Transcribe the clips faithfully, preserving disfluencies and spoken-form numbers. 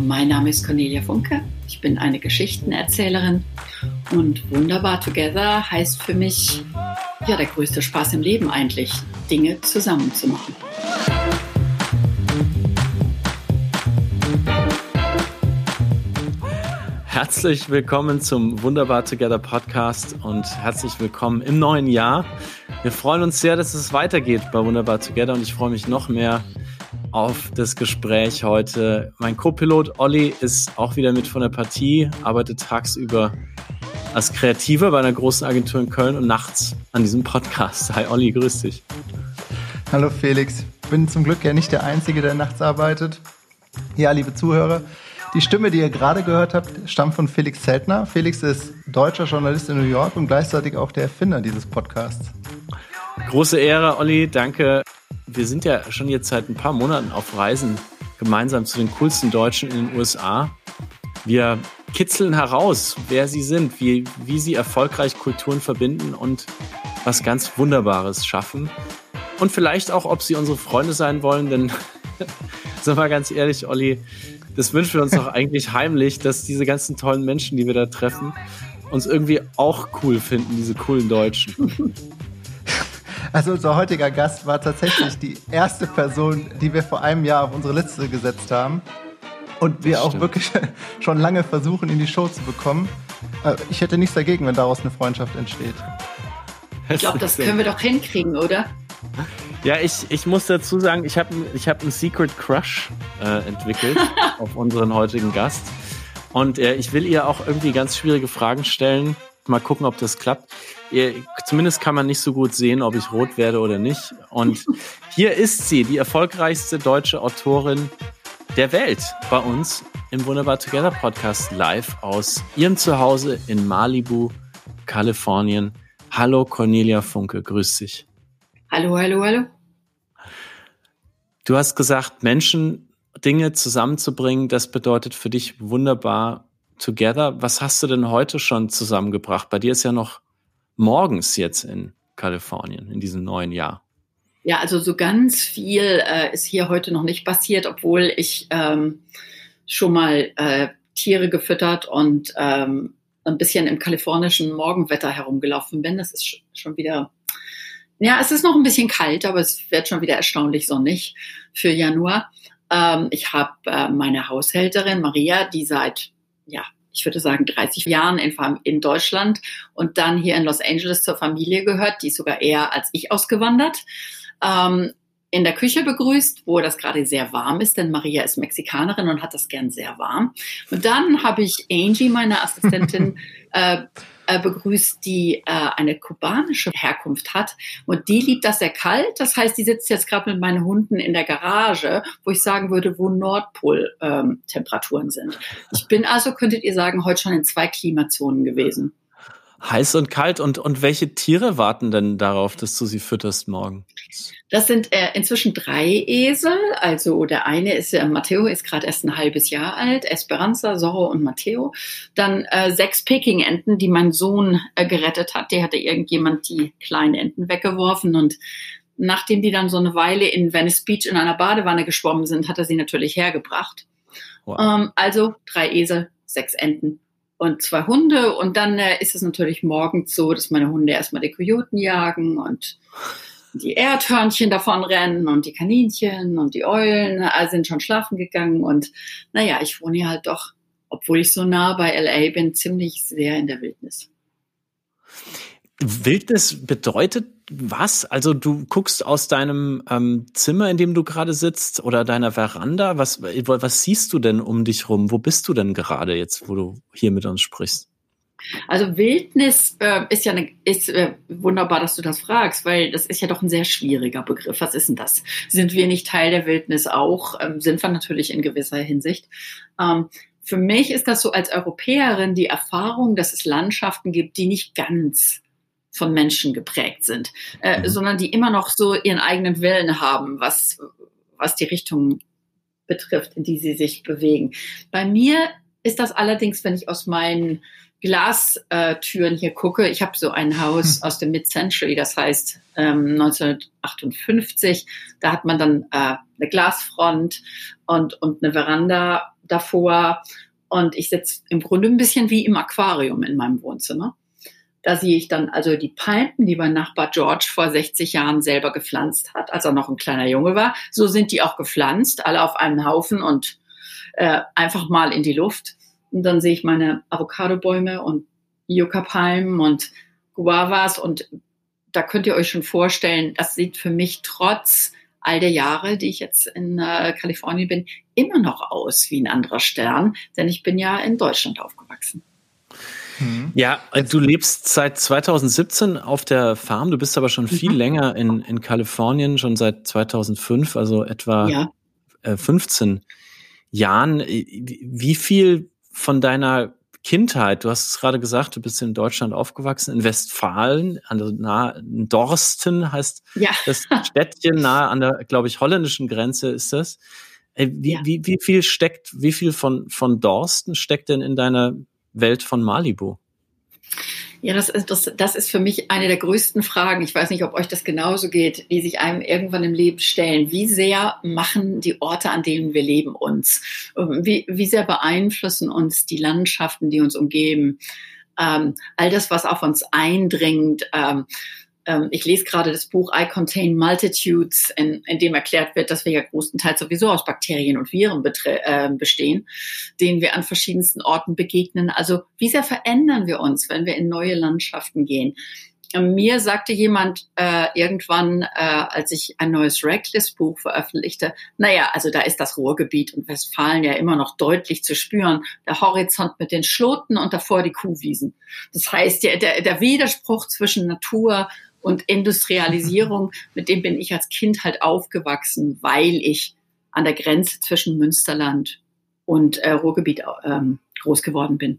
Mein Name ist Cornelia Funke, ich bin eine Geschichtenerzählerin und Wunderbar Together heißt für mich, ja, der größte Spaß im Leben eigentlich, Dinge zusammen zu machen. Herzlich willkommen zum Wunderbar Together Podcast und herzlich willkommen im neuen Jahr. Wir freuen uns sehr, dass es weitergeht bei Wunderbar Together und ich freue mich noch mehr auf das Gespräch heute. Mein Co-Pilot Olli ist auch wieder mit von der Partie, arbeitet tagsüber als Kreativer bei einer großen Agentur in Köln und nachts an diesem Podcast. Hi Olli, grüß dich. Hallo Felix, bin zum Glück ja nicht der Einzige, der nachts arbeitet. Ja, liebe Zuhörer, die Stimme, die ihr gerade gehört habt, stammt von Felix Zeltner. Felix ist deutscher Journalist in New York und gleichzeitig auch der Erfinder dieses Podcasts. Große Ehre, Olli, danke. Wir sind ja schon jetzt seit ein paar Monaten auf Reisen gemeinsam zu den coolsten Deutschen in den U S A. Wir kitzeln heraus, wer sie sind, wie, wie sie erfolgreich Kulturen verbinden und was ganz Wunderbares schaffen. Und vielleicht auch, ob sie unsere Freunde sein wollen, denn sind wir ganz ehrlich, Olli, das wünschen wir uns doch eigentlich heimlich, dass diese ganzen tollen Menschen, die wir da treffen, uns irgendwie auch cool finden, diese coolen Deutschen. Also unser heutiger Gast war tatsächlich die erste Person, die wir vor einem Jahr auf unsere Liste gesetzt haben und wir auch wirklich schon lange versuchen, in die Show zu bekommen. Ich hätte nichts dagegen, wenn daraus eine Freundschaft entsteht. Ich glaube, das können wir doch hinkriegen, oder? Ja, ich, ich muss dazu sagen, ich habe ich hab einen Secret Crush äh, entwickelt auf unseren heutigen Gast. Und äh, ich will ihr auch irgendwie ganz schwierige Fragen stellen. Mal gucken, ob das klappt. Ihr, zumindest kann man nicht so gut sehen, ob ich rot werde oder nicht. Und hier ist sie, die erfolgreichste deutsche Autorin der Welt, bei uns im Wunderbar Together Podcast live aus ihrem Zuhause in Malibu, Kalifornien. Hallo Cornelia Funke, grüß dich. Hallo, hallo, hallo. Du hast gesagt, Menschen, Dinge zusammenzubringen, das bedeutet für dich Wunderbar Together. Was hast du denn heute schon zusammengebracht? Bei dir ist ja noch morgens jetzt in Kalifornien, in diesem neuen Jahr. Ja, also so ganz viel äh, ist hier heute noch nicht passiert, obwohl ich ähm, schon mal äh, Tiere gefüttert und ähm, ein bisschen im kalifornischen Morgenwetter herumgelaufen bin. Das ist sch- schon wieder... Ja, es ist noch ein bisschen kalt, aber es wird schon wieder erstaunlich sonnig für Januar. Ähm, ich habe äh, meine Haushälterin Maria, die seit, ja, ich würde sagen dreißig Jahren in, in Deutschland und dann hier in Los Angeles zur Familie gehört. Die ist sogar eher als ich ausgewandert. Ähm, in der Küche begrüßt, wo das gerade sehr warm ist, denn Maria ist Mexikanerin und hat das gern sehr warm. Und dann habe ich Angie, meine Assistentin, äh, äh, begrüßt, die äh, eine kubanische Herkunft hat. Und die liebt das sehr kalt. Das heißt, die sitzt jetzt gerade mit meinen Hunden in der Garage, wo ich sagen würde, wo Nordpol-Temperaturen ähm, sind. Ich bin also, könntet ihr sagen, heute schon in zwei Klimazonen gewesen. Heiß und kalt. Und, und welche Tiere warten denn darauf, dass du sie fütterst morgen? Das sind äh, inzwischen drei Esel. Also der eine ist, äh, Matteo ist gerade erst ein halbes Jahr alt. Esperanza, Zorro und Matteo. Dann äh, sechs Peking-Enten, die mein Sohn äh, gerettet hat. Die hatte irgendjemand die kleinen Enten weggeworfen. Und nachdem die dann so eine Weile in Venice Beach in einer Badewanne geschwommen sind, hat er sie natürlich hergebracht. Wow. Ähm, also drei Esel, sechs Enten. Und zwei Hunde. Und dann äh, ist es natürlich morgens so, dass meine Hunde erstmal die Kojoten jagen und die Erdhörnchen davon rennen und die Kaninchen und die Eulen äh, sind schon schlafen gegangen. Und naja, ich wohne hier halt doch, obwohl ich so nah bei L A bin, ziemlich sehr in der Wildnis. Wildnis bedeutet was? Also du guckst aus deinem ähm, Zimmer, in dem du gerade sitzt, oder deiner Veranda. Was, was siehst du denn um dich rum? Wo bist du denn gerade jetzt, wo du hier mit uns sprichst? Also Wildnis äh, ist ja eine, ist äh, wunderbar, dass du das fragst, weil das ist ja doch ein sehr schwieriger Begriff. Was ist denn das? Sind wir nicht Teil der Wildnis auch? Ähm, sind wir natürlich in gewisser Hinsicht. Ähm, für mich ist das so als Europäerin die Erfahrung, dass es Landschaften gibt, die nicht ganz von Menschen geprägt sind, äh, mhm. sondern die immer noch so ihren eigenen Willen haben, was, was die Richtung betrifft, in die sie sich bewegen. Bei mir ist das allerdings, wenn ich aus meinen Glastüren hier gucke, ich habe so ein Haus aus dem Mid-Century, das heißt ähm, neunzehnhundertachtundfünfzig, da hat man dann äh, eine Glasfront und, und eine Veranda davor und ich sitze im Grunde ein bisschen wie im Aquarium in meinem Wohnzimmer. Da sehe ich dann also die Palmen, die mein Nachbar George vor sechzig Jahren selber gepflanzt hat, als er noch ein kleiner Junge war. So sind die auch gepflanzt, alle auf einem Haufen und äh, einfach mal in die Luft. Und dann sehe ich meine Avocado-Bäume und Yucca-Palmen und Guavas. Und da könnt ihr euch schon vorstellen, das sieht für mich trotz all der Jahre, die ich jetzt in äh, Kalifornien bin, immer noch aus wie ein anderer Stern. Denn ich bin ja in Deutschland aufgewachsen. Ja, du lebst seit zweitausendsiebzehn auf der Farm, du bist aber schon viel mhm. länger in, in Kalifornien, schon seit zweitausendfünf, also etwa ja. äh, fünfzehn Jahren. Wie viel von deiner Kindheit, du hast es gerade gesagt, du bist in Deutschland aufgewachsen, in Westfalen, also nahe in Dorsten heißt ja. das Städtchen, nahe an der, glaube ich, holländischen Grenze ist das. Wie, ja. wie, wie viel steckt, wie viel von, von Dorsten steckt denn in deiner Welt von Malibu? Ja, das ist, das, das ist für mich eine der größten Fragen. Ich weiß nicht, ob euch das genauso geht, die sich einem irgendwann im Leben stellen. Wie sehr machen die Orte, an denen wir leben, uns? Wie, wie sehr beeinflussen uns die Landschaften, die uns umgeben? Ähm, all das, was auf uns eindringt. Ähm, ähm, ich lese gerade das Buch I Contain Multitudes, in, in dem erklärt wird, dass wir ja größtenteils sowieso aus Bakterien und Viren betre- äh, bestehen, denen wir an verschiedensten Orten begegnen. Also wie sehr verändern wir uns, wenn wir in neue Landschaften gehen? Ähm, mir sagte jemand äh, irgendwann, äh, als ich ein neues Reckless-Buch veröffentlichte, naja, also da ist das Ruhrgebiet und Westfalen ja immer noch deutlich zu spüren. Der Horizont mit den Schloten und davor die Kuhwiesen. Das heißt, der, der, der Widerspruch zwischen Natur und Industrialisierung, mit dem bin ich als Kind halt aufgewachsen, weil ich an der Grenze zwischen Münsterland und äh, Ruhrgebiet ähm, groß geworden bin.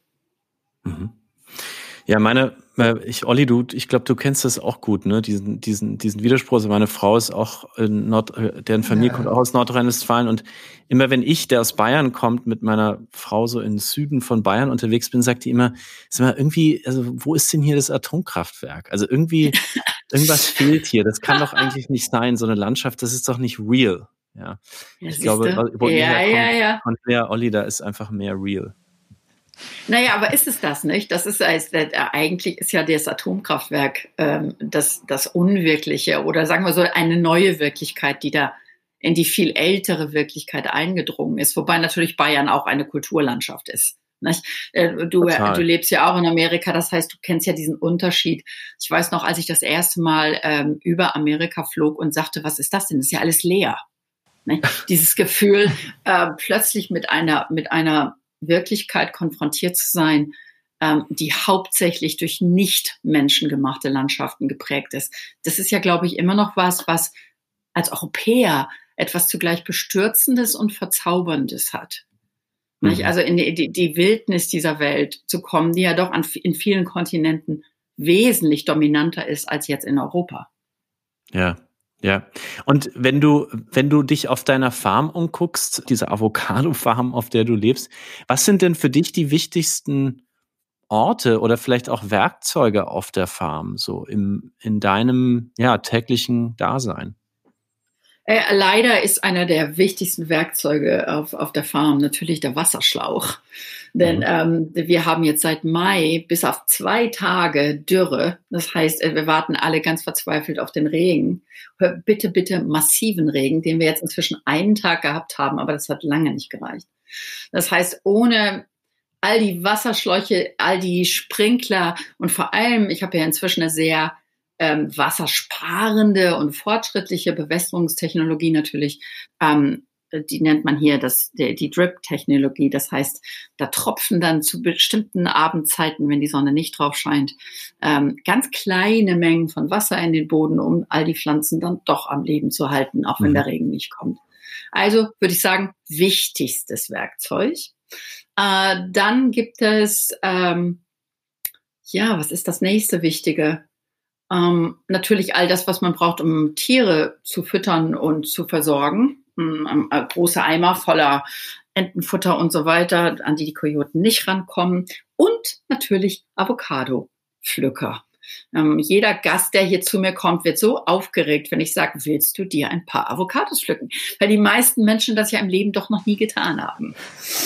Mhm. Ja, meine, ich, Olli, du, ich glaube, du kennst das auch gut, ne? Diesen, diesen, diesen Widerspruch. Also meine Frau ist auch in Nord, deren Familie ja. kommt auch aus Nordrhein-Westfalen und immer wenn ich, der aus Bayern kommt, mit meiner Frau so im Süden von Bayern unterwegs bin, sagt die immer, ist immer irgendwie, also wo ist denn hier das Atomkraftwerk? Also irgendwie, irgendwas fehlt hier. Das kann doch eigentlich nicht sein, so eine Landschaft, das ist doch nicht real. Ja, ja ich glaube, wo ja, ihr ja, ja. kommt, ja, Olli, da ist einfach mehr real. Naja, aber ist es das nicht? Das ist heißt, eigentlich ist ja das Atomkraftwerk ähm, das, das Unwirkliche oder sagen wir so eine neue Wirklichkeit, die da in die viel ältere Wirklichkeit eingedrungen ist. Wobei natürlich Bayern auch eine Kulturlandschaft ist. Nicht? Du, du lebst ja auch in Amerika, das heißt, du kennst ja diesen Unterschied. Ich weiß noch, als ich das erste Mal ähm, über Amerika flog und sagte, was ist das denn? Das ist ja alles leer. Nicht? Dieses Gefühl, äh, plötzlich mit einer, mit einer Wirklichkeit konfrontiert zu sein, ähm, die hauptsächlich durch nicht menschengemachte Landschaften geprägt ist. Das ist ja, glaube ich, immer noch was, was als Europäer etwas zugleich Bestürzendes und Verzauberndes hat. Mhm. Nicht? Also in die, die, die Wildnis dieser Welt zu kommen, die ja doch an, in vielen Kontinenten wesentlich dominanter ist als jetzt in Europa. Ja. Ja, und wenn du, wenn du dich auf deiner Farm umguckst, diese Avocado-Farm, auf der du lebst, was sind denn für dich die wichtigsten Orte oder vielleicht auch Werkzeuge auf der Farm, so im, in deinem, ja, täglichen Dasein? Äh, leider ist einer der wichtigsten Werkzeuge auf, auf der Farm natürlich der Wasserschlauch. Denn ähm, wir haben jetzt seit Mai bis auf zwei Tage Dürre. Das heißt, wir warten alle ganz verzweifelt auf den Regen. Bitte, bitte massiven Regen, den wir jetzt inzwischen einen Tag gehabt haben, aber das hat lange nicht gereicht. Das heißt, ohne all die Wasserschläuche, all die Sprinkler und vor allem, ich habe ja inzwischen eine sehr ähm, wassersparende und fortschrittliche Bewässerungstechnologie natürlich, ähm, die nennt man hier das, die, die Drip-Technologie. Das heißt, da tropfen dann zu bestimmten Abendzeiten, wenn die Sonne nicht drauf scheint, ähm, ganz kleine Mengen von Wasser in den Boden, um all die Pflanzen dann doch am Leben zu halten, auch wenn mhm. der Regen nicht kommt. Also würde ich sagen, wichtigstes Werkzeug. Äh, dann gibt es, ähm, ja, was ist das nächste Wichtige? Ähm, natürlich all das, was man braucht, um Tiere zu füttern und zu versorgen. Ein großer Eimer voller Entenfutter und so weiter, an die die Kojoten nicht rankommen. Und natürlich Avocado-Pflücker. Ähm, jeder Gast, der hier zu mir kommt, wird so aufgeregt, wenn ich sage, willst du dir ein paar Avocados pflücken? Weil die meisten Menschen das ja im Leben doch noch nie getan haben.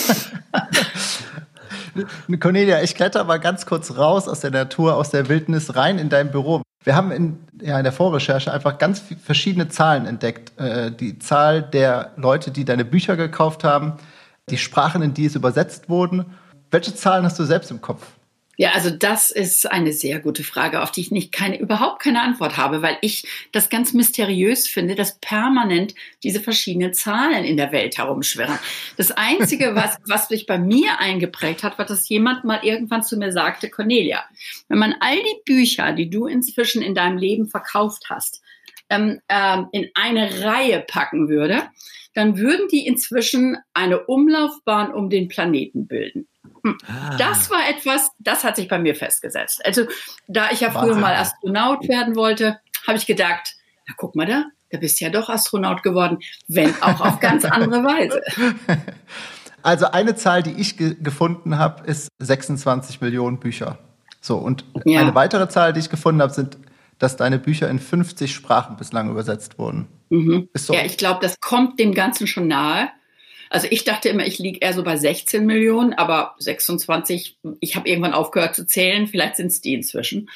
Cornelia, ich kletter mal ganz kurz raus aus der Natur, aus der Wildnis rein in dein Büro. Wir haben in, ja, in der Vorrecherche einfach ganz verschiedene Zahlen entdeckt. Äh, die Zahl der Leute, die deine Bücher gekauft haben, die Sprachen, in die es übersetzt wurden. Welche Zahlen hast du selbst im Kopf? Ja, also das ist eine sehr gute Frage, auf die ich nicht keine, überhaupt keine Antwort habe, weil ich das ganz mysteriös finde, dass permanent diese verschiedenen Zahlen in der Welt herumschwirren. Das Einzige, was, was sich bei mir eingeprägt hat, war, dass jemand mal irgendwann zu mir sagte, Cornelia, wenn man all die Bücher, die du inzwischen in deinem Leben verkauft hast, ähm, ähm, in eine Reihe packen würde, dann würden die inzwischen eine Umlaufbahn um den Planeten bilden. Das war etwas, das hat sich bei mir festgesetzt. Also, da ich ja früher Wahnsinn. mal Astronaut werden wollte, habe ich gedacht, na guck mal da, da bist du ja doch Astronaut geworden, wenn auch auf ganz andere Weise. Also eine Zahl, die ich ge- gefunden habe, ist sechsundzwanzig Millionen Bücher. So, und Ja. eine weitere Zahl, die ich gefunden habe, sind, dass deine Bücher in fünfzig Sprachen bislang übersetzt wurden. Mhm. Ist so. Ja, ich glaube, das kommt dem Ganzen schon nahe. Also ich dachte immer, ich liege eher so bei sechzehn Millionen, aber sechsundzwanzig, ich habe irgendwann aufgehört zu zählen, vielleicht sind es die inzwischen.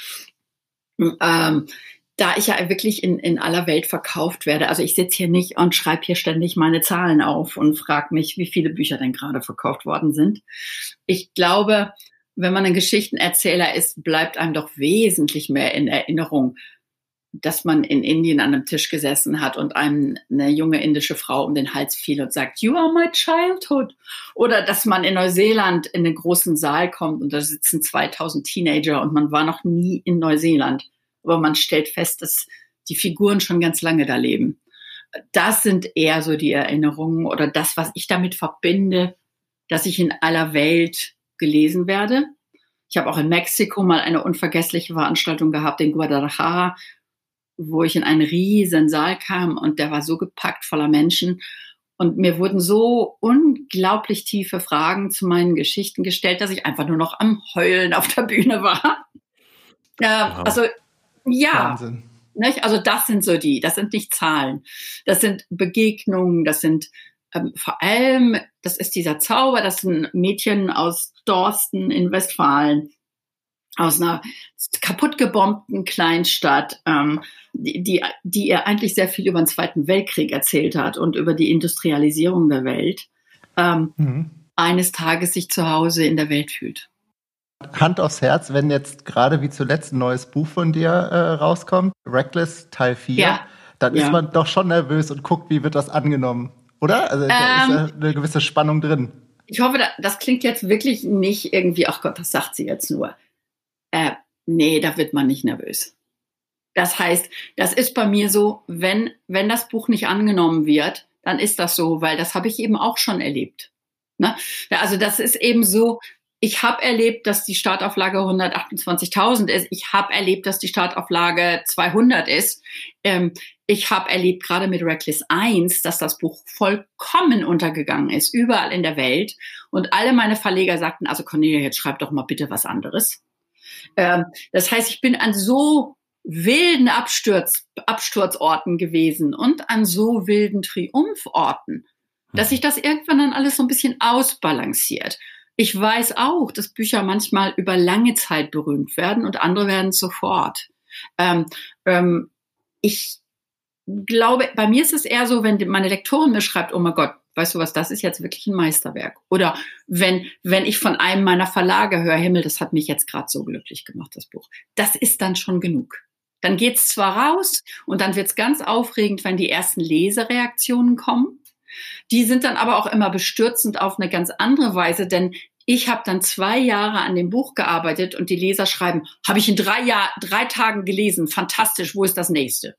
Ähm, da ich ja wirklich in, in aller Welt verkauft werde, also ich sitze hier nicht und schreibe hier ständig meine Zahlen auf und frage mich, wie viele Bücher denn gerade verkauft worden sind. Ich glaube, wenn man ein Geschichtenerzähler ist, bleibt einem doch wesentlich mehr in Erinnerung, dass man in Indien an einem Tisch gesessen hat und einem eine junge indische Frau um den Hals fiel und sagt, you are my childhood. Oder dass man in Neuseeland in den großen Saal kommt und da sitzen zweitausend Teenager und man war noch nie in Neuseeland. Aber man stellt fest, dass die Figuren schon ganz lange da leben. Das sind eher so die Erinnerungen oder das, was ich damit verbinde, dass ich in aller Welt gelesen werde. Ich habe auch in Mexiko mal eine unvergessliche Veranstaltung gehabt, in Guadalajara, wo ich in einen riesen Saal kam und der war so gepackt voller Menschen und mir wurden so unglaublich tiefe Fragen zu meinen Geschichten gestellt, dass ich einfach nur noch am Heulen auf der Bühne war. Ja, Wow. also ja, Wahnsinn. nicht? Also das sind so die, das sind nicht Zahlen, das sind Begegnungen, das sind ähm, vor allem, das ist dieser Zauber, das sind Mädchen aus Dorsten in Westfalen, aus einer kaputt gebombten Kleinstadt, ähm, die, die, die ihr eigentlich sehr viel über den Zweiten Weltkrieg erzählt hat und über die Industrialisierung der Welt, ähm, Mhm. eines Tages sich zu Hause in der Welt fühlt. Hand aufs Herz, wenn jetzt gerade wie zuletzt ein neues Buch von dir äh, rauskommt, Reckless Teil vier, Ja. dann Ja. ist man doch schon nervös und guckt, wie wird das angenommen, oder? Also da Ähm, ist ja eine gewisse Spannung drin. Ich hoffe, das klingt jetzt wirklich nicht irgendwie, ach Gott, was sagt sie jetzt nur? Äh, nee, da wird man nicht nervös. Das heißt, das ist bei mir so, wenn, wenn das Buch nicht angenommen wird, dann ist das so, weil das habe ich eben auch schon erlebt. Ne? Ja, also das ist eben so, ich habe erlebt, dass die Startauflage hundertachtundzwanzigtausend ist. Ich habe erlebt, dass die Startauflage zweihundert ist. Ähm, ich habe erlebt, gerade mit Reckless eins, dass das Buch vollkommen untergegangen ist, überall in der Welt. Und alle meine Verleger sagten, also Cornelia, jetzt schreib doch mal bitte was anderes. Ähm, das heißt, ich bin an so wilden Absturz, Absturzorten gewesen und an so wilden Triumpforten, dass sich das irgendwann dann alles so ein bisschen ausbalanciert. Ich weiß auch, dass Bücher manchmal über lange Zeit berühmt werden und andere werden sofort. Ähm, ähm, ich glaube, bei mir ist es eher so, wenn meine Lektorin mir schreibt, oh mein Gott, weißt du was, das ist jetzt wirklich ein Meisterwerk. Oder wenn, wenn ich von einem meiner Verlage höre, Himmel, das hat mich jetzt gerade so glücklich gemacht, das Buch. Das ist dann schon genug. Dann geht's zwar raus und dann wird's ganz aufregend, wenn die ersten Lesereaktionen kommen. Die sind dann aber auch immer bestürzend auf eine ganz andere Weise, denn ich habe dann zwei Jahre an dem Buch gearbeitet und die Leser schreiben, habe ich in drei, Jahr, drei Tagen gelesen, fantastisch, wo ist das nächste?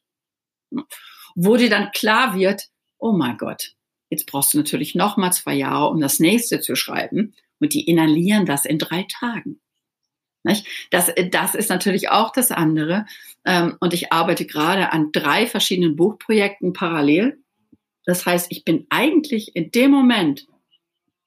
Wo dir dann klar wird, oh mein Gott, jetzt brauchst du natürlich noch mal zwei Jahre, um das nächste zu schreiben und die inhalieren das in drei Tagen. Nicht? Das, das ist natürlich auch das andere und ich arbeite gerade an drei verschiedenen Buchprojekten parallel. Das heißt, ich bin eigentlich in dem Moment,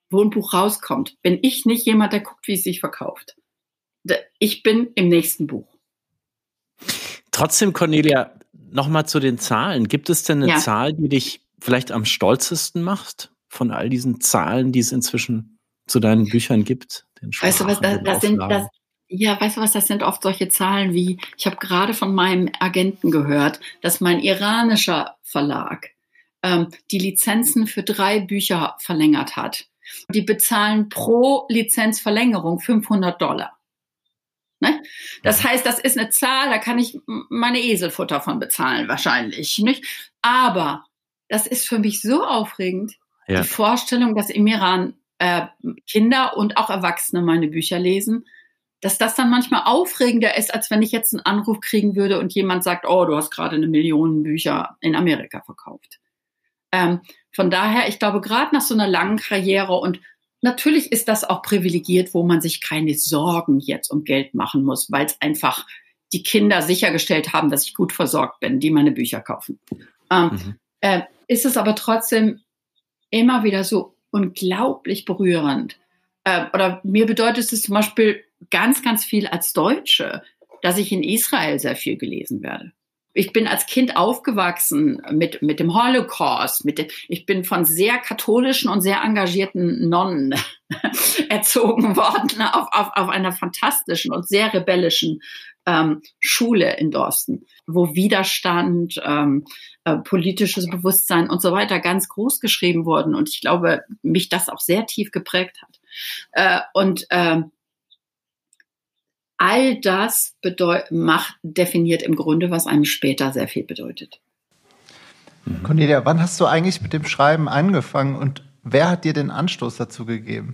wo ein Buch rauskommt, bin ich nicht jemand, der guckt, wie es sich verkauft. Ich bin im nächsten Buch. Trotzdem, Cornelia, nochmal zu den Zahlen. Gibt es denn eine Ja. Zahl, die dich vielleicht am stolzesten macht von all diesen Zahlen, die es inzwischen zu deinen Büchern gibt? Den Weißt du was, das, Sprachen, das sind, Auflagen? das, ja, weißt du was, das sind oft solche Zahlen wie, ich habe gerade von meinem Agenten gehört, dass mein iranischer Verlag ähm, die Lizenzen für drei Bücher verlängert hat. Die bezahlen pro Lizenzverlängerung fünfhundert Dollar. Ne? Das heißt, das ist eine Zahl, da kann ich meine Eselfutter von bezahlen wahrscheinlich. Nicht? Aber das ist für mich so aufregend, Ja. die Vorstellung, dass im Iran äh, Kinder und auch Erwachsene meine Bücher lesen, dass das dann manchmal aufregender ist, als wenn ich jetzt einen Anruf kriegen würde und jemand sagt, oh, du hast gerade eine Million Bücher in Amerika verkauft. Ähm, von daher, ich glaube, gerade nach so einer langen Karriere und natürlich ist das auch privilegiert, wo man sich keine Sorgen jetzt um Geld machen muss, weil es einfach die Kinder sichergestellt haben, dass ich gut versorgt bin, die meine Bücher kaufen. Ähm, Mhm. äh, ist es aber trotzdem immer wieder so unglaublich berührend. Äh, oder mir bedeutet es zum Beispiel ganz, ganz viel als Deutsche, dass ich in Israel sehr viel gelesen werde. Ich bin als Kind aufgewachsen mit, mit dem Holocaust. Mit dem, ich bin von sehr katholischen und sehr engagierten Nonnen erzogen worden auf, auf, auf einer fantastischen und sehr rebellischen ähm, Schule in Dorsten, wo Widerstand, ähm, äh, politisches Bewusstsein und so weiter ganz groß geschrieben wurden. Und ich glaube, mich das auch sehr tief geprägt hat. Äh, und äh, all das bedeut- macht, definiert im Grunde, was einem später sehr viel bedeutet. Cornelia, wann hast du eigentlich mit dem Schreiben angefangen und wer hat dir den Anstoß dazu gegeben?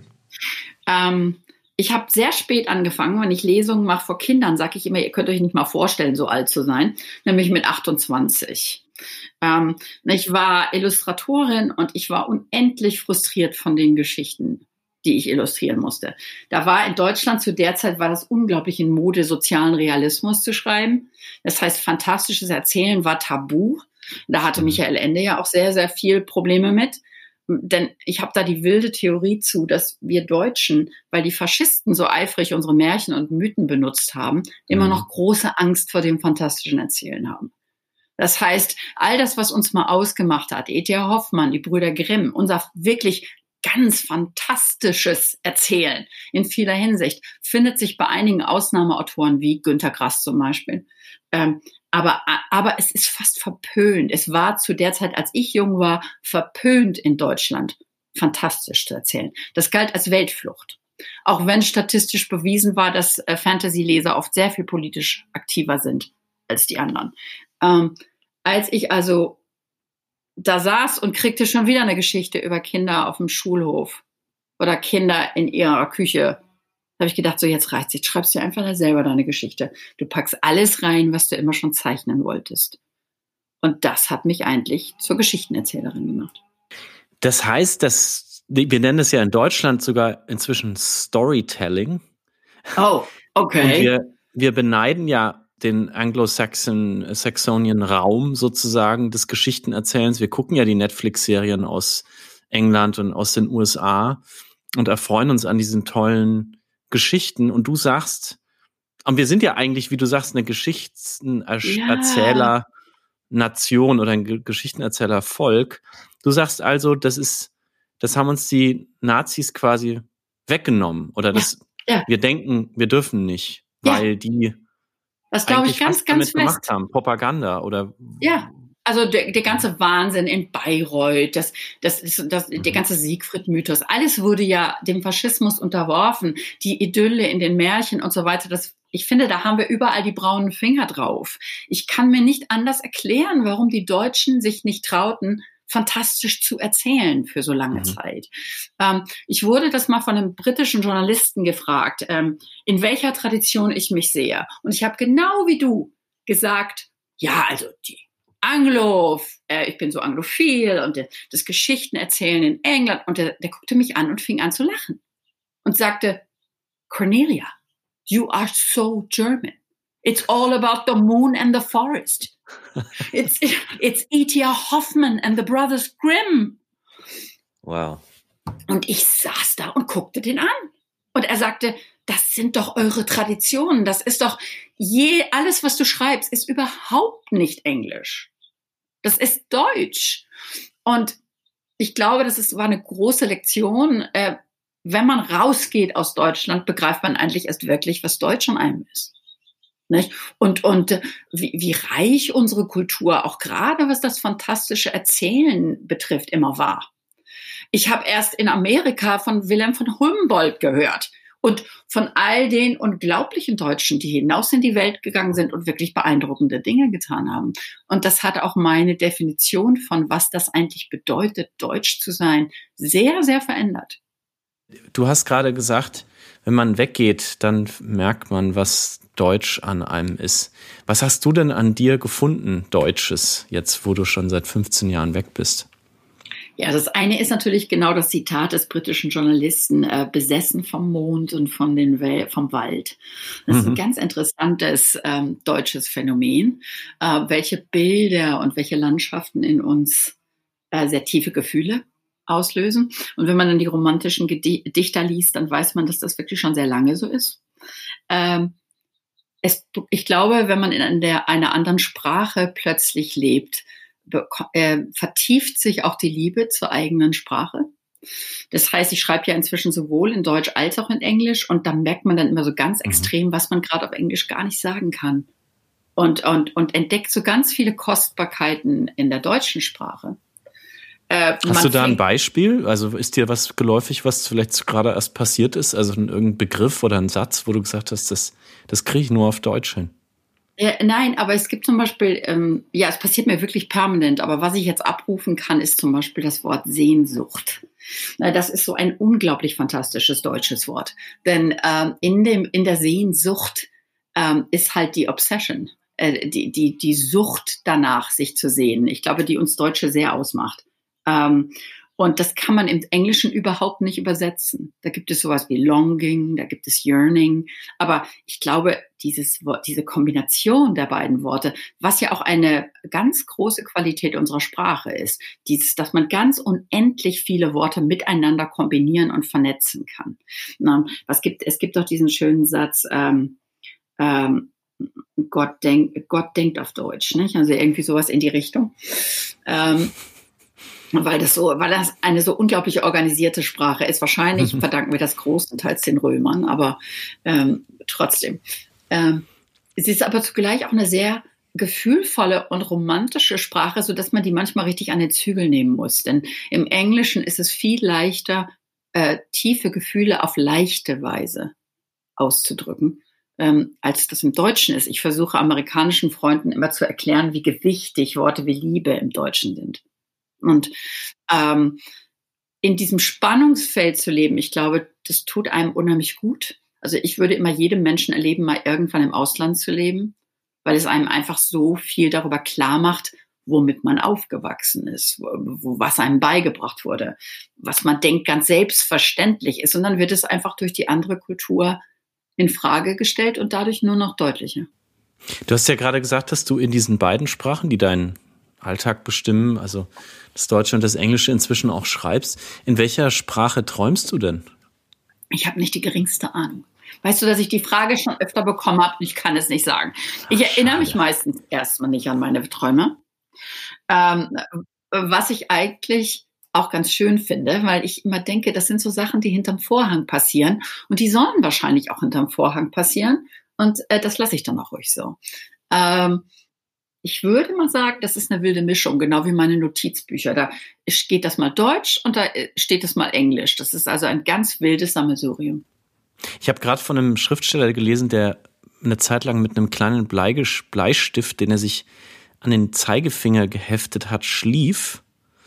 Ähm, ich habe sehr spät angefangen. Wenn ich Lesungen mache vor Kindern, sage ich immer, ihr könnt euch nicht mal vorstellen, so alt zu sein, nämlich mit achtundzwanzig. Ähm, ich war Illustratorin und ich war unendlich frustriert von den Geschichten, die ich illustrieren musste. Da war in Deutschland zu der Zeit, war das unglaublich in Mode, sozialen Realismus zu schreiben. Das heißt, fantastisches Erzählen war tabu. Da hatte Michael Ende ja auch sehr, sehr viel Probleme mit. Denn ich habe da die wilde Theorie zu, dass wir Deutschen, weil die Faschisten so eifrig unsere Märchen und Mythen benutzt haben, immer noch große Angst vor dem fantastischen Erzählen haben. Das heißt, all das, was uns mal ausgemacht hat, E T H Hoffmann, die Brüder Grimm, unser wirklich ganz fantastisches Erzählen in vieler Hinsicht, findet sich bei einigen Ausnahmeautoren wie Günter Grass zum Beispiel. Ähm, aber, aber es ist fast verpönt. Es war zu der Zeit, als ich jung war, verpönt in Deutschland, fantastisch zu erzählen. Das galt als Weltflucht. Auch wenn statistisch bewiesen war, dass äh, Fantasy-Leser oft sehr viel politisch aktiver sind als die anderen. Ähm, als ich also da saß und kriegte schon wieder eine Geschichte über Kinder auf dem Schulhof oder Kinder in ihrer Küche, habe ich gedacht, so jetzt reicht's, jetzt schreibst du einfach da selber deine Geschichte. Du packst alles rein, was du immer schon zeichnen wolltest. Und das hat mich eigentlich zur Geschichtenerzählerin gemacht. Das heißt, dass wir nennen es ja in Deutschland sogar inzwischen Storytelling. Oh, okay. Und wir, wir beneiden ja den Anglo-Saxonien Raum sozusagen des Geschichtenerzählens. Wir gucken ja die Netflix-Serien aus England und aus den U S A und erfreuen uns an diesen tollen Geschichten. Und du sagst, und wir sind ja eigentlich, wie du sagst, eine Geschichtenerzähler-Nation oder ein Geschichtenerzähler-Volk. Du sagst also, das ist, das haben uns die Nazis quasi weggenommen. Oder das, ja, ja. wir denken, wir dürfen nicht, weil ja. die das glaube ich ganz, ganz damit gemacht haben, Propaganda oder ja, also der, der ganze Wahnsinn in Bayreuth, das, das, das, das, mhm. der ganze Siegfried-Mythos, alles wurde ja dem Faschismus unterworfen, die Idylle in den Märchen und so weiter. Das, ich finde, da haben wir überall die braunen Finger drauf. Ich kann mir nicht anders erklären, warum die Deutschen sich nicht trauten, fantastisch zu erzählen für so lange mhm. Zeit. Ähm, ich wurde das mal von einem britischen Journalisten gefragt, ähm, in welcher Tradition ich mich sehe. Und ich habe genau wie du gesagt, ja, also die Anglo, äh, ich bin so anglophil und äh, das Geschichtenerzählen in England. Und der, der guckte mich an und fing an zu lachen und sagte, Cornelia, you are so German. It's all about the moon and the forest. It's it's E T H Hoffmann and the Brothers Grimm. Wow. Und ich saß da und guckte den an. Und er sagte, das sind doch eure Traditionen. Das ist doch je, alles, was du schreibst, ist überhaupt nicht Englisch. Das ist Deutsch. Und ich glaube, das ist, war eine große Lektion. Äh, wenn man rausgeht aus Deutschland, begreift man eigentlich erst wirklich, was Deutsch an einem ist. Nicht? Und, und äh, wie, wie reich unsere Kultur, auch gerade was das fantastische Erzählen betrifft, immer war. Ich habe erst in Amerika von Wilhelm von Humboldt gehört. Und von all den unglaublichen Deutschen, die hinaus in die Welt gegangen sind und wirklich beeindruckende Dinge getan haben. Und das hat auch meine Definition von, was das eigentlich bedeutet, deutsch zu sein, sehr, sehr verändert. Du hast gerade gesagt, wenn man weggeht, dann merkt man, was Deutsch an einem ist. Was hast du denn an dir gefunden, Deutsches, jetzt wo du schon seit fünfzehn Jahren weg bist? Ja, das eine ist natürlich genau das Zitat des britischen Journalisten, äh, besessen vom Mond und von den Wel- vom Wald. Das mhm. ist ein ganz interessantes ähm, deutsches Phänomen, äh, welche Bilder und welche Landschaften in uns äh, sehr tiefe Gefühle auslösen. Und wenn man dann die romantischen Gedi- Dichter liest, dann weiß man, dass das wirklich schon sehr lange so ist. Ähm, es, ich glaube, wenn man in der, einer anderen Sprache plötzlich lebt, Äh, vertieft sich auch die Liebe zur eigenen Sprache. Das heißt, ich schreibe ja inzwischen sowohl in Deutsch als auch in Englisch und da merkt man dann immer so ganz mhm. extrem, was man gerade auf Englisch gar nicht sagen kann. Und, und, und entdeckt so ganz viele Kostbarkeiten in der deutschen Sprache. Äh, Hast du da ein Beispiel? Also ist dir was geläufig, was vielleicht gerade erst passiert ist? Also irgendein Begriff oder ein Satz, wo du gesagt hast, das, das kriege ich nur auf Deutsch hin? Ja, nein, aber es gibt zum Beispiel, ähm, ja, es passiert mir wirklich permanent, aber was ich jetzt abrufen kann, ist zum Beispiel das Wort Sehnsucht. Das ist so ein unglaublich fantastisches deutsches Wort, denn ähm, in dem in der Sehnsucht ähm, ist halt die Obsession, äh, die die die Sucht danach, sich zu sehen. Ich glaube, die uns Deutsche sehr ausmacht. Ähm, Und das kann man im Englischen überhaupt nicht übersetzen. Da gibt es sowas wie Longing, da gibt es Yearning. Aber ich glaube, dieses Wort, diese Kombination der beiden Worte, was ja auch eine ganz große Qualität unserer Sprache ist, dieses, dass man ganz unendlich viele Worte miteinander kombinieren und vernetzen kann. Na, was gibt, es gibt doch diesen schönen Satz, ähm, ähm, Gott, denk, Gott denkt auf Deutsch, nicht? Also irgendwie sowas in die Richtung. Ähm, Weil das so, weil das eine so unglaublich organisierte Sprache ist. Wahrscheinlich mhm. verdanken wir das großenteils den Römern, aber ähm, trotzdem. Ähm, es ist aber zugleich auch eine sehr gefühlvolle und romantische Sprache, so dass man die manchmal richtig an den Zügel nehmen muss. Denn im Englischen ist es viel leichter, äh, tiefe Gefühle auf leichte Weise auszudrücken, ähm, als das im Deutschen ist. Ich versuche amerikanischen Freunden immer zu erklären, wie gewichtig Worte wie Liebe im Deutschen sind. Und ähm, in diesem Spannungsfeld zu leben, ich glaube, das tut einem unheimlich gut. Also ich würde immer jedem Menschen erleben, mal irgendwann im Ausland zu leben, weil es einem einfach so viel darüber klar macht, womit man aufgewachsen ist, wo, wo, was einem beigebracht wurde, was man denkt ganz selbstverständlich ist. Und dann wird es einfach durch die andere Kultur in Frage gestellt und dadurch nur noch deutlicher. Du hast ja gerade gesagt, dass du in diesen beiden Sprachen, die deinen Alltag bestimmen, also das Deutsche und das Englische, inzwischen auch schreibst. In welcher Sprache träumst du denn? Ich habe nicht die geringste Ahnung. Weißt du, dass ich die Frage schon öfter bekommen habe? Ich kann es nicht sagen. Ich Ach, erinnere mich meistens erstmal nicht an meine Träume. Ähm, was ich eigentlich auch ganz schön finde, weil ich immer denke, das sind so Sachen, die hinterm Vorhang passieren. Und die sollen wahrscheinlich auch hinterm Vorhang passieren. Und äh, das lasse ich dann auch ruhig so. Ähm, Ich würde mal sagen, das ist eine wilde Mischung, genau wie meine Notizbücher. Da geht das mal Deutsch und da steht das mal Englisch. Das ist also ein ganz wildes Sammelsurium. Ich habe gerade von einem Schriftsteller gelesen, der eine Zeit lang mit einem kleinen Bleistift, den er sich an den Zeigefinger geheftet hat, schlief.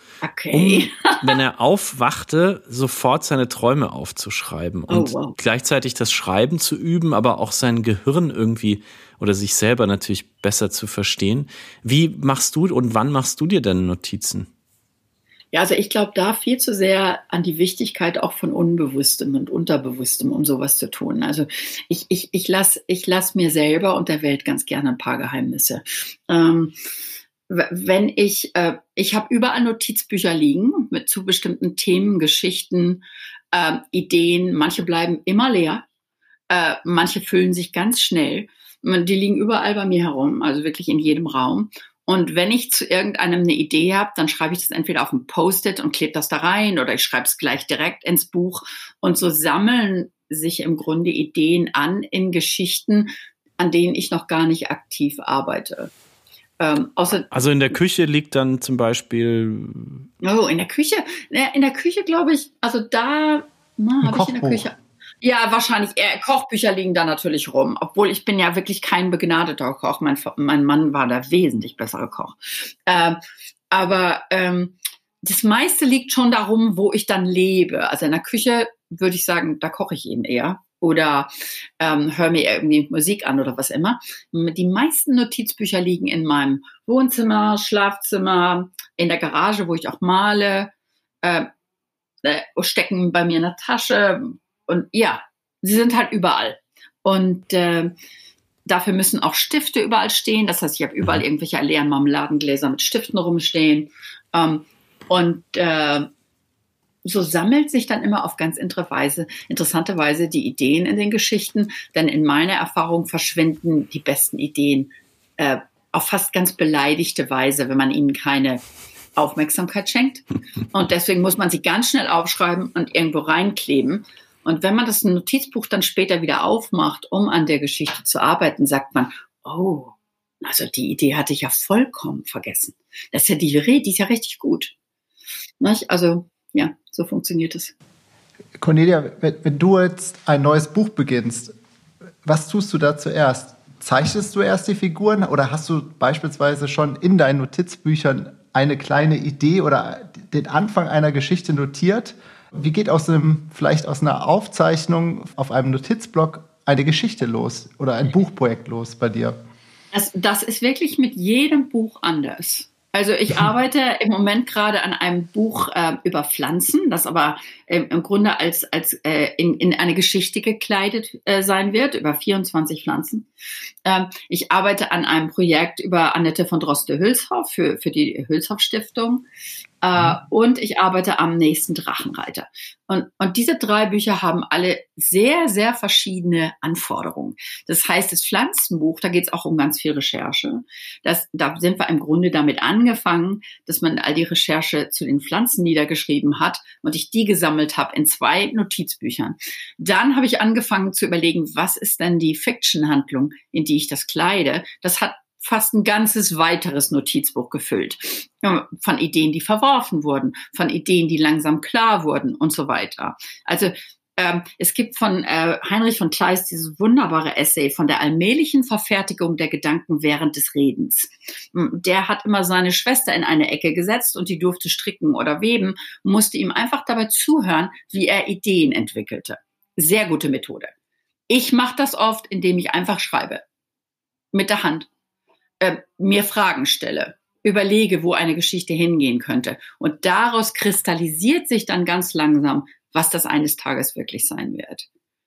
Okay. Um, wenn er aufwachte, sofort seine Träume aufzuschreiben und oh, wow. gleichzeitig das Schreiben zu üben, aber auch sein Gehirn irgendwie oder sich selber natürlich besser zu verstehen. Wie machst du und wann machst du dir denn Notizen? Ja, also ich glaube da viel zu sehr an die Wichtigkeit auch von Unbewusstem und Unterbewusstem, um sowas zu tun. Also ich, ich, ich lasse ich lass mir selber und der Welt ganz gerne ein paar Geheimnisse. Ähm, wenn ich, äh, ich habe überall Notizbücher liegen mit zu bestimmten Themen, Geschichten, äh, Ideen. Manche bleiben immer leer, äh, manche füllen sich ganz schnell. Die liegen überall bei mir herum, also wirklich in jedem Raum. Und wenn ich zu irgendeinem eine Idee habe, dann schreibe ich das entweder auf ein Post-it und klebe das da rein oder ich schreibe es gleich direkt ins Buch. Und so sammeln sich im Grunde Ideen an in Geschichten, an denen ich noch gar nicht aktiv arbeite. Ähm, außer, also in der Küche liegt dann zum Beispiel... Oh, in der Küche? In der Küche glaube ich, also da habe ich in der Küche... Ja, wahrscheinlich eher Kochbücher liegen da natürlich rum, obwohl ich bin ja wirklich kein begnadeter Koch. Mein, mein Mann war der wesentlich bessere Koch. Ähm, aber ähm, das meiste liegt schon darum, wo ich dann lebe. Also in der Küche würde ich sagen, da koche ich eben eher oder ähm, höre mir irgendwie Musik an oder was immer. Die meisten Notizbücher liegen in meinem Wohnzimmer, Schlafzimmer, in der Garage, wo ich auch male, äh, äh, stecken bei mir in der Tasche. Und ja, sie sind halt überall. Und äh, dafür müssen auch Stifte überall stehen. Das heißt, ich habe überall irgendwelche leeren Marmeladengläser mit Stiften rumstehen. Ähm, und äh, so sammelt sich dann immer auf ganz interessante Weise, interessante Weise die Ideen in den Geschichten. Denn in meiner Erfahrung verschwinden die besten Ideen äh, auf fast ganz beleidigte Weise, wenn man ihnen keine Aufmerksamkeit schenkt. Und deswegen muss man sie ganz schnell aufschreiben und irgendwo reinkleben. Und wenn man das Notizbuch dann später wieder aufmacht, um an der Geschichte zu arbeiten, sagt man, oh, also die Idee hatte ich ja vollkommen vergessen. Das ist ja die Idee, die ist ja richtig gut. Nicht? Also ja, so funktioniert es. Cornelia, wenn, wenn du jetzt ein neues Buch beginnst, was tust du da zuerst? Zeichnest du erst die Figuren oder hast du beispielsweise schon in deinen Notizbüchern eine kleine Idee oder den Anfang einer Geschichte notiert? Wie geht aus einem, vielleicht aus einer Aufzeichnung auf einem Notizblock eine Geschichte los oder ein Buchprojekt los bei dir? Das, das ist wirklich mit jedem Buch anders. Also ich arbeite im Moment gerade an einem Buch äh, über Pflanzen, das aber äh, im Grunde als, als äh, in, in eine Geschichte gekleidet äh, sein wird, über vierundzwanzig Pflanzen. Ähm, ich arbeite an einem Projekt über Annette von Droste-Hülshoff für, für die Hülshoff-Stiftung. Uh, und ich arbeite am nächsten Drachenreiter. Und, und diese drei Bücher haben alle sehr, sehr verschiedene Anforderungen. Das heißt, das Pflanzenbuch, da geht es auch um ganz viel Recherche. Das, da sind wir im Grunde damit angefangen, dass man all die Recherche zu den Pflanzen niedergeschrieben hat und ich die gesammelt habe in zwei Notizbüchern. Dann habe ich angefangen zu überlegen, was ist denn die Fiction-Handlung, in die ich das kleide. Das hat fast ein ganzes weiteres Notizbuch gefüllt. Von Ideen, die verworfen wurden, von Ideen, die langsam klar wurden und so weiter. Also ähm, es gibt von äh, Heinrich von Kleist dieses wunderbare Essay von der allmählichen Verfertigung der Gedanken während des Redens. Der hat immer seine Schwester in eine Ecke gesetzt und die durfte stricken oder weben, musste ihm einfach dabei zuhören, wie er Ideen entwickelte. Sehr gute Methode. Ich mache das oft, indem ich einfach schreibe. Mit der Hand. Äh, mir Fragen stelle, überlege, wo eine Geschichte hingehen könnte. Und daraus kristallisiert sich dann ganz langsam, was das eines Tages wirklich sein wird.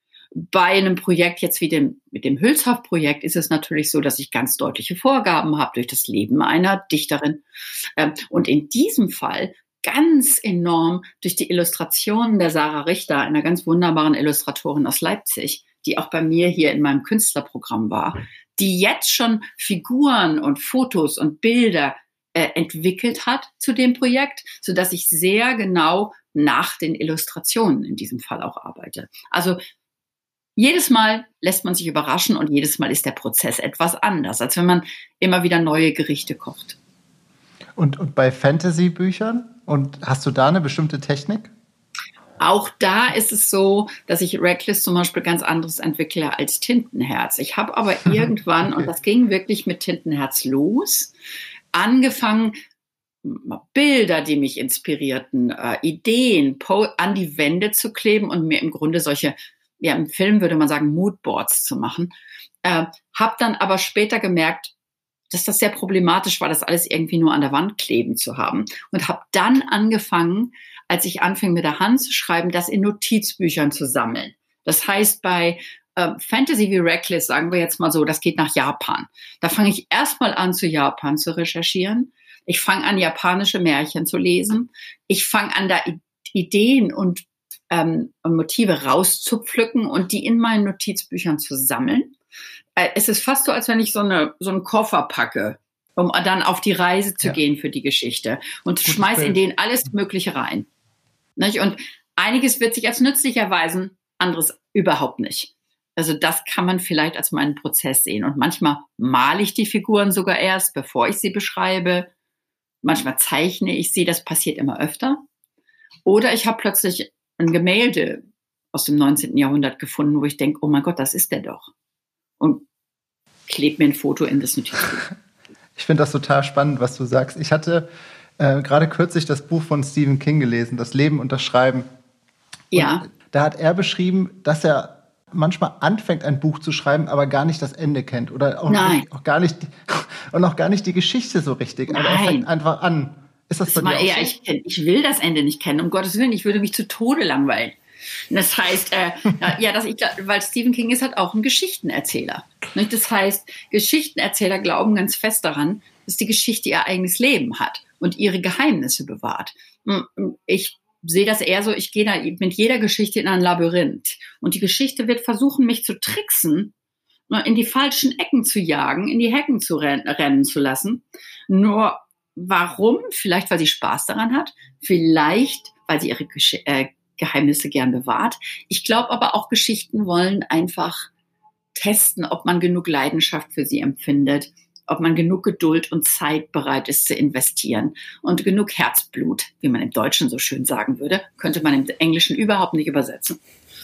Bei einem Projekt jetzt wie dem, mit dem Hülshoff-Projekt ist es natürlich so, dass ich ganz deutliche Vorgaben habe durch das Leben einer Dichterin. Ähm, und in diesem Fall ganz enorm durch die Illustrationen der Sarah Richter, einer ganz wunderbaren Illustratorin aus Leipzig, die auch bei mir hier in meinem Künstlerprogramm war, die jetzt schon Figuren und Fotos und Bilder äh, entwickelt hat zu dem Projekt, sodass ich sehr genau nach den Illustrationen in diesem Fall auch arbeite. Also jedes Mal lässt man sich überraschen und jedes Mal ist der Prozess etwas anders, als wenn man immer wieder neue Gerichte kocht. Und, und bei Fantasy-Büchern? Und hast du da eine bestimmte Technik? Auch da ist es so, dass ich Reckless zum Beispiel ganz anderes entwickle als Tintenherz. Ich habe aber irgendwann, okay. und das ging wirklich mit Tintenherz los, angefangen, Bilder, die mich inspirierten, äh, Ideen po- an die Wände zu kleben und mir im Grunde solche, ja im Film würde man sagen, Moodboards zu machen. Äh, habe dann aber später gemerkt, dass das sehr problematisch war, das alles irgendwie nur an der Wand kleben zu haben. Und habe dann angefangen, als ich anfing mit der Hand zu schreiben, das in Notizbüchern zu sammeln. Das heißt, bei äh, Fantasy wie Reckless, sagen wir jetzt mal so, das geht nach Japan. Da fange ich erstmal an, zu Japan zu recherchieren. Ich fange an, japanische Märchen zu lesen. Ich fange an, da I- Ideen und, ähm, und Motive rauszupflücken und die in meinen Notizbüchern zu sammeln. Äh, es ist fast so, als wenn ich so, eine, so einen Koffer packe, um dann auf die Reise zu ja. gehen für die Geschichte. Und schmeiß in den alles Mögliche rein. Nicht? Und einiges wird sich als nützlich erweisen, anderes überhaupt nicht. Also das kann man vielleicht als meinen Prozess sehen. Und manchmal male ich die Figuren sogar erst, bevor ich sie beschreibe. Manchmal zeichne ich sie, das passiert immer öfter. Oder ich habe plötzlich ein Gemälde aus dem neunzehnten Jahrhundert gefunden, wo ich denke, oh mein Gott, das ist der doch. Und klebe mir ein Foto in das Notizbuch. Ich finde das total spannend, was du sagst. Ich hatte äh, gerade kürzlich das Buch von Stephen King gelesen, Das Leben und das Schreiben. Und ja. Da hat er beschrieben, dass er manchmal anfängt, ein Buch zu schreiben, aber gar nicht das Ende kennt oder auch, Nein. auch gar nicht die, und auch gar nicht die Geschichte so richtig. Nein. Aber er fängt einfach an. Ist das, das bei dir auch eher, so? Ich, ich will das Ende nicht kennen, um Gottes Willen, ich würde mich zu Tode langweilen. Das heißt, äh, ja, dass ich, weil Stephen King ist halt auch ein Geschichtenerzähler. Nicht? Das heißt, Geschichtenerzähler glauben ganz fest daran, dass die Geschichte ihr eigenes Leben hat und ihre Geheimnisse bewahrt. Ich sehe das eher so, ich gehe da mit jeder Geschichte in ein Labyrinth. Und die Geschichte wird versuchen, mich zu tricksen, in die falschen Ecken zu jagen, in die Hecken zu rennen, rennen zu lassen. Nur warum? Vielleicht, weil sie Spaß daran hat. Vielleicht, weil sie ihre Gesch- äh, Geheimnisse gern bewahrt. Ich glaube aber auch, Geschichten wollen einfach testen, ob man genug Leidenschaft für sie empfindet, ob man genug Geduld und Zeit bereit ist zu investieren und genug Herzblut, wie man im Deutschen so schön sagen würde, könnte man im Englischen überhaupt nicht übersetzen.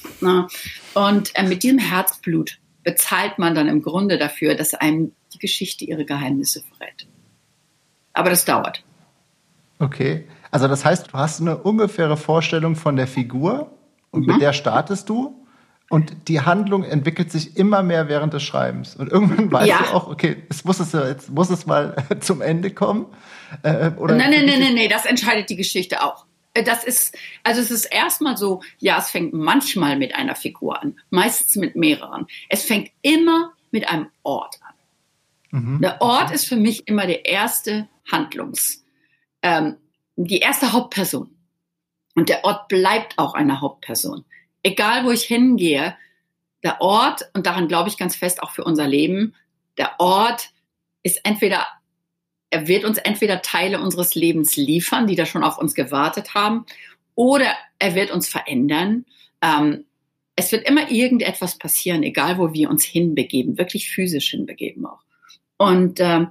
Und mit diesem Herzblut bezahlt man dann im Grunde dafür, dass einem die Geschichte ihre Geheimnisse verrät. Aber das dauert. Okay, also das heißt, du hast eine ungefähre Vorstellung von der Figur und mhm. mit der startest du. Und die Handlung entwickelt sich immer mehr während des Schreibens. Und irgendwann weißt ja. du auch, okay, jetzt muss es, jetzt muss es mal zum Ende kommen. Äh, oder nein, nein, nein, nein, nein, das entscheidet die Geschichte auch. Das ist, also es ist erstmal so, ja, es fängt manchmal mit einer Figur an, meistens mit mehreren. Es fängt immer mit einem Ort an. Mhm. Der Ort ist für mich immer der erste Handlungs, ähm, die erste Hauptperson. Und der Ort bleibt auch eine Hauptperson. Egal, wo ich hingehe, der Ort, und daran glaube ich ganz fest auch für unser Leben, der Ort ist entweder, er wird uns entweder Teile unseres Lebens liefern, die da schon auf uns gewartet haben, oder er wird uns verändern. Ähm, es wird immer irgendetwas passieren, egal wo wir uns hinbegeben, wirklich physisch hinbegeben auch. Und ähm,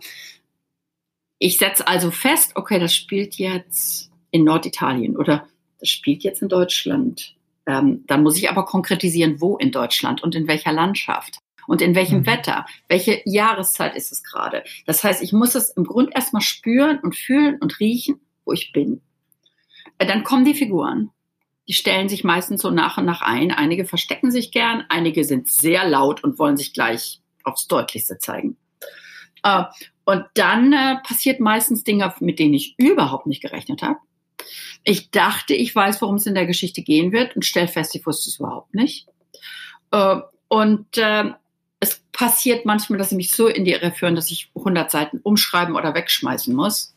ich setze also fest, okay, das spielt jetzt in Norditalien oder das spielt jetzt in Deutschland. Ähm, dann muss ich aber konkretisieren, wo in Deutschland und in welcher Landschaft und in welchem mhm. Wetter, welche Jahreszeit ist es gerade. Das heißt, ich muss es im Grunde erstmal spüren und fühlen und riechen, wo ich bin. Äh, dann kommen die Figuren. Die stellen sich meistens so nach und nach ein. Einige verstecken sich gern, einige sind sehr laut und wollen sich gleich aufs Deutlichste zeigen. Äh, und dann äh, passiert meistens Dinge, mit denen ich überhaupt nicht gerechnet habe. Ich dachte, ich weiß, worum es in der Geschichte gehen wird und stelle fest, ich wusste es überhaupt nicht. Äh, und äh, es passiert manchmal, dass sie mich so in die Irre führen, dass ich hundert Seiten umschreiben oder wegschmeißen muss.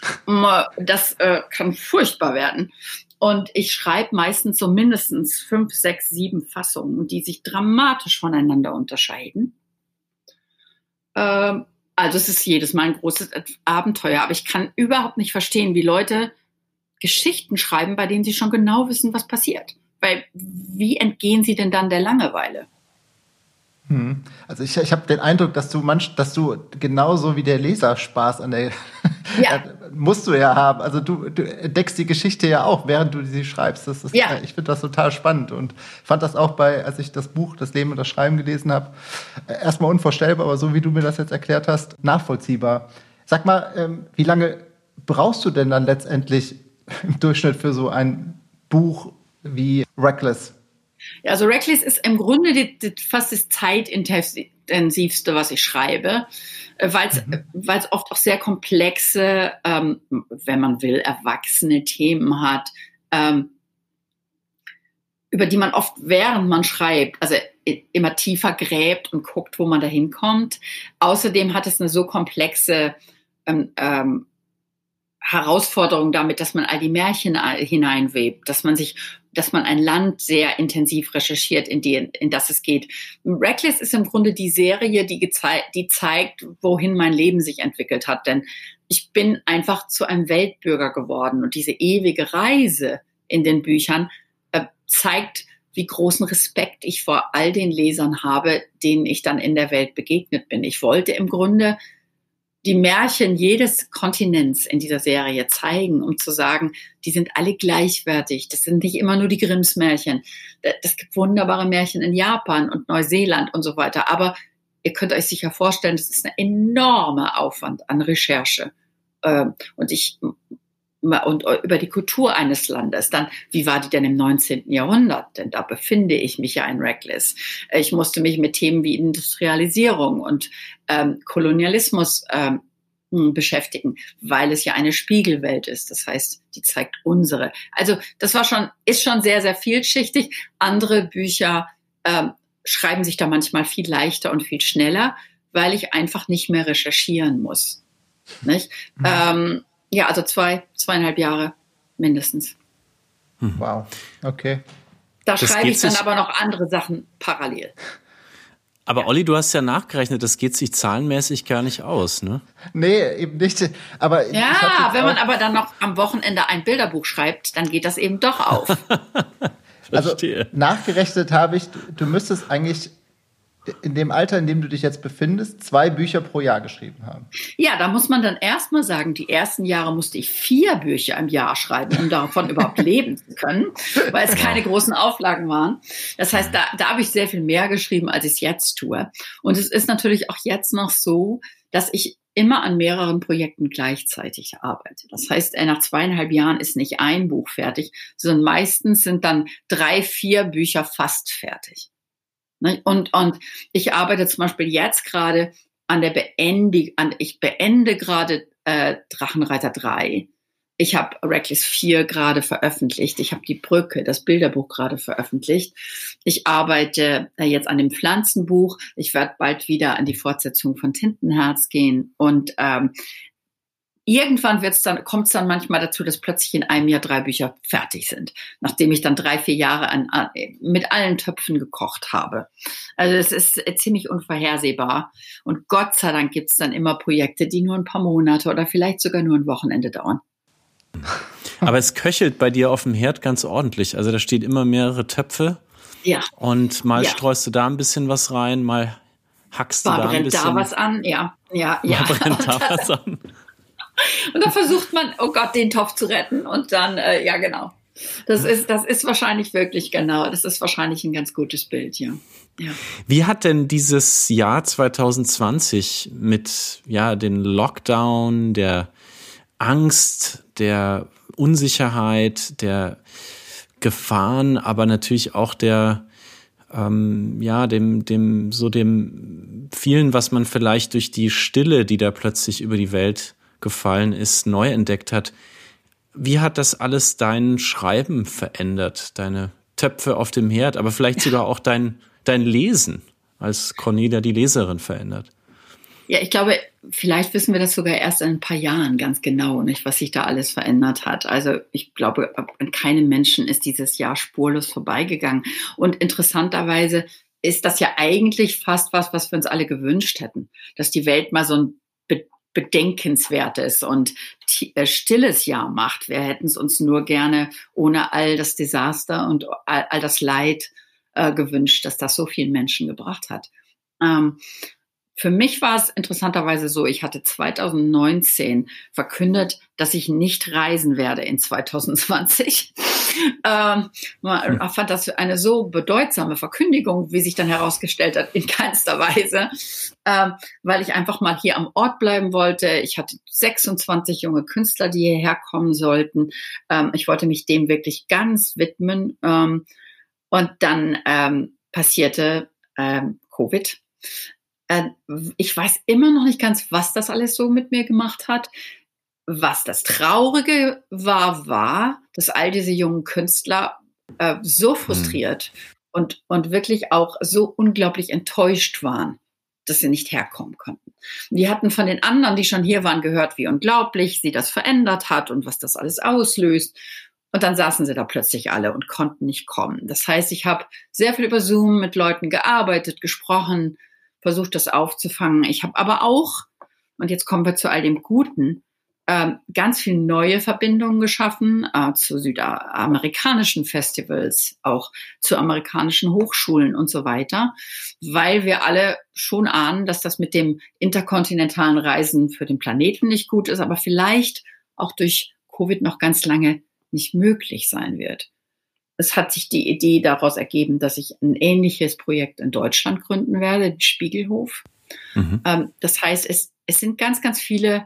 Das äh, kann furchtbar werden. Und ich schreibe meistens so mindestens fünf, sechs, sieben Fassungen, die sich dramatisch voneinander unterscheiden. Äh, also es ist jedes Mal ein großes Abenteuer, aber ich kann überhaupt nicht verstehen, wie Leute Geschichten schreiben, bei denen sie schon genau wissen, was passiert. Weil wie entgehen sie denn dann der Langeweile? Hm. Also ich, ich habe den Eindruck, dass du manch, dass du genauso wie der Leser Spaß an der ja. musst du ja haben. Also du, du entdeckst die Geschichte ja auch, während du sie schreibst. Das ist, ja. Ich finde das total spannend und fand das auch bei, als ich das Buch Das Leben und das Schreiben gelesen habe, erstmal unvorstellbar, aber so wie du mir das jetzt erklärt hast, nachvollziehbar. Sag mal, ähm, wie lange brauchst du denn dann letztendlich im Durchschnitt für so ein Buch wie Reckless? Ja, also Reckless ist im Grunde die, die, fast das zeitintensivste, was ich schreibe, weil es mhm. weil es oft auch sehr komplexe, ähm, wenn man will, erwachsene Themen hat, ähm, über die man oft, während man schreibt, also immer tiefer gräbt und guckt, wo man da hinkommt. Außerdem hat es eine so komplexe ähm, ähm, Herausforderung damit, dass man all die Märchen hineinwebt, dass man sich, dass man ein Land sehr intensiv recherchiert, in, die, in das es geht. Reckless ist im Grunde die Serie, die, gezei- die zeigt, wohin mein Leben sich entwickelt hat. Denn ich bin einfach zu einem Weltbürger geworden. Und diese ewige Reise in den Büchern äh, zeigt, wie großen Respekt ich vor all den Lesern habe, denen ich dann in der Welt begegnet bin. Ich wollte im Grunde die Märchen jedes Kontinents in dieser Serie zeigen, um zu sagen, die sind alle gleichwertig. Das sind nicht immer nur die Grimms Märchen. Es gibt wunderbare Märchen in Japan und Neuseeland und so weiter. Aber ihr könnt euch sicher vorstellen, das ist ein enormer Aufwand an Recherche. Und ich, und über die Kultur eines Landes. Dann, wie war die denn im neunzehnten Jahrhundert? Denn da befinde ich mich ja in Reckless. Ich musste mich mit Themen wie Industrialisierung und ähm, Kolonialismus ähm, beschäftigen, weil es ja eine Spiegelwelt ist. Das heißt, die zeigt unsere. Also das war schon, ist schon sehr, sehr vielschichtig. Andere Bücher ähm, schreiben sich da manchmal viel leichter und viel schneller, weil ich einfach nicht mehr recherchieren muss. Nicht? Mhm. Ähm, Ja, also zwei, zweieinhalb Jahre mindestens. Wow, okay. Da das schreibe ich dann aber noch andere Sachen parallel. Aber Olli, du hast ja nachgerechnet, das geht sich zahlenmäßig gar nicht aus, ne? Nee, eben nicht. Aber ja, wenn man aber dann noch am Wochenende ein Bilderbuch schreibt, dann geht das eben doch auf. Also nachgerechnet habe ich, du müsstest eigentlich in dem Alter, in dem du dich jetzt befindest, zwei Bücher pro Jahr geschrieben haben. Ja, da muss man dann erstmal sagen, die ersten Jahre musste ich vier Bücher im Jahr schreiben, um davon überhaupt leben zu können, weil es keine großen Auflagen waren. Das heißt, da, da habe ich sehr viel mehr geschrieben, als ich es jetzt tue. Und es ist natürlich auch jetzt noch so, dass ich immer an mehreren Projekten gleichzeitig arbeite. Das heißt, nach zweieinhalb Jahren ist nicht ein Buch fertig, sondern meistens sind dann drei, vier Bücher fast fertig. Und, und ich arbeite zum Beispiel jetzt gerade an der Beendigung, an, ich beende gerade äh, Drachenreiter drei. Ich habe Reckless vier gerade veröffentlicht. Ich habe die Brücke, das Bilderbuch gerade veröffentlicht. Ich arbeite äh, jetzt an dem Pflanzenbuch. Ich werde bald wieder an die Fortsetzung von Tintenherz gehen. Und ähm, irgendwann wird's dann, kommt es dann manchmal dazu, dass plötzlich in einem Jahr drei Bücher fertig sind, nachdem ich dann drei, vier Jahre an, an, mit allen Töpfen gekocht habe. Also es ist ziemlich unvorhersehbar. Und Gott sei Dank gibt's dann immer Projekte, die nur ein paar Monate oder vielleicht sogar nur ein Wochenende dauern. Aber es köchelt bei dir auf dem Herd ganz ordentlich. Also da steht immer mehrere Töpfe. Ja. Und mal ja. streust du da ein bisschen was rein, mal hackst du mal da ein bisschen. Brennt da was an, ja. ja, ja. Mal brennt da was an. Und dann versucht man, oh Gott, den Topf zu retten. Und dann, äh, ja, genau. Das ist, das ist wahrscheinlich wirklich, genau, das ist wahrscheinlich ein ganz gutes Bild, ja. ja. Wie hat denn dieses Jahr zwanzig zwanzig mit, ja, den Lockdown, der Angst, der Unsicherheit, der Gefahren, aber natürlich auch der, ähm, ja, dem, dem, so dem vielen, was man vielleicht durch die Stille, die da plötzlich über die Welt gefallen ist, neu entdeckt hat. Wie hat das alles dein Schreiben verändert? Deine Töpfe auf dem Herd, aber vielleicht sogar auch dein, dein Lesen als Cornelia die Leserin verändert? Ja, ich glaube, vielleicht wissen wir das sogar erst in ein paar Jahren ganz genau, nicht, was sich da alles verändert hat. Also ich glaube, an keinem Menschen ist dieses Jahr spurlos vorbeigegangen. Und interessanterweise ist das ja eigentlich fast was, was wir uns alle gewünscht hätten, dass die Welt mal so ein bedenkenswertes und stilles Jahr macht. Wir hätten es uns nur gerne ohne all das Desaster und all, all das Leid äh, gewünscht, dass das so vielen Menschen gebracht hat. Ähm, für mich war es interessanterweise so, ich hatte zwanzig neunzehn verkündet, dass ich nicht reisen werde in zwanzig zwanzig. Ähm, man fand das eine so bedeutsame Verkündigung, wie sich dann herausgestellt hat, in keinster Weise, ähm, weil ich einfach mal hier am Ort bleiben wollte. Ich hatte sechsundzwanzig junge Künstler, die hierher kommen sollten. Ähm, ich wollte mich dem wirklich ganz widmen. Ähm, und dann ähm, passierte ähm, Covid. Äh, ich weiß immer noch nicht ganz, was das alles so mit mir gemacht hat. Was das Traurige war, war, dass all diese jungen Künstler äh, so frustriert und, und wirklich auch so unglaublich enttäuscht waren, dass sie nicht herkommen konnten. Die hatten von den anderen, die schon hier waren, gehört, wie unglaublich sie das verändert hat und was das alles auslöst. Und dann saßen sie da plötzlich alle und konnten nicht kommen. Das heißt, ich habe sehr viel über Zoom mit Leuten gearbeitet, gesprochen, versucht, das aufzufangen. Ich habe aber auch, und jetzt kommen wir zu all dem Guten, äh, ganz viele neue Verbindungen geschaffen äh, zu südamerikanischen Festivals, auch zu amerikanischen Hochschulen und so weiter, weil wir alle schon ahnen, dass das mit dem interkontinentalen Reisen für den Planeten nicht gut ist, aber vielleicht auch durch Covid noch ganz lange nicht möglich sein wird. Es hat sich die Idee daraus ergeben, dass ich ein ähnliches Projekt in Deutschland gründen werde, den Spiegelhof. Mhm. Ähm, das heißt, es, es sind ganz, ganz viele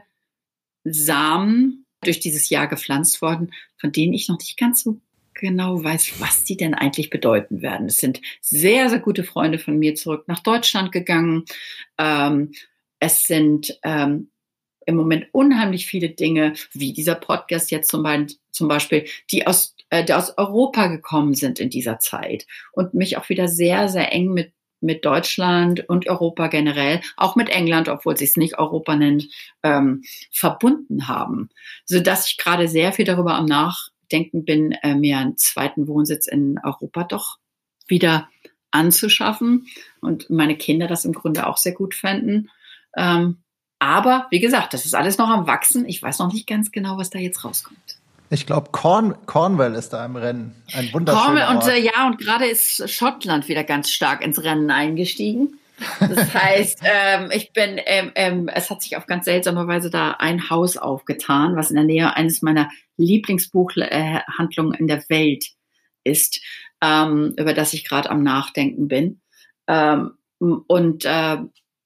Samen durch dieses Jahr gepflanzt worden, von denen ich noch nicht ganz so genau weiß, was die denn eigentlich bedeuten werden. Es sind sehr, sehr gute Freunde von mir zurück nach Deutschland gegangen. Ähm, es sind ähm, im Moment unheimlich viele Dinge, wie dieser Podcast jetzt zum, Be- zum Beispiel, die aus, äh, die aus Europa gekommen sind in dieser Zeit und mich auch wieder sehr, sehr eng mit, mit Deutschland und Europa generell, auch mit England, obwohl sie es nicht Europa nennt, ähm, verbunden haben. Sodass ich gerade sehr viel darüber am Nachdenken bin, äh, mir einen zweiten Wohnsitz in Europa doch wieder anzuschaffen und meine Kinder das im Grunde auch sehr gut fänden. Ähm, Aber, wie gesagt, das ist alles noch am Wachsen. Ich weiß noch nicht ganz genau, was da jetzt rauskommt. Ich glaube, Corn- Cornwall ist da im Rennen. Ein wunderschöner Cornwall und Ort. äh, ja, und gerade ist Schottland wieder ganz stark ins Rennen eingestiegen. Das heißt, ähm, ich bin, ähm, ähm, es hat sich auf ganz seltsame Weise da ein Haus aufgetan, was in der Nähe eines meiner Lieblingsbuchhandlungen in der Welt ist, ähm, über das ich gerade am Nachdenken bin. Ähm, und äh,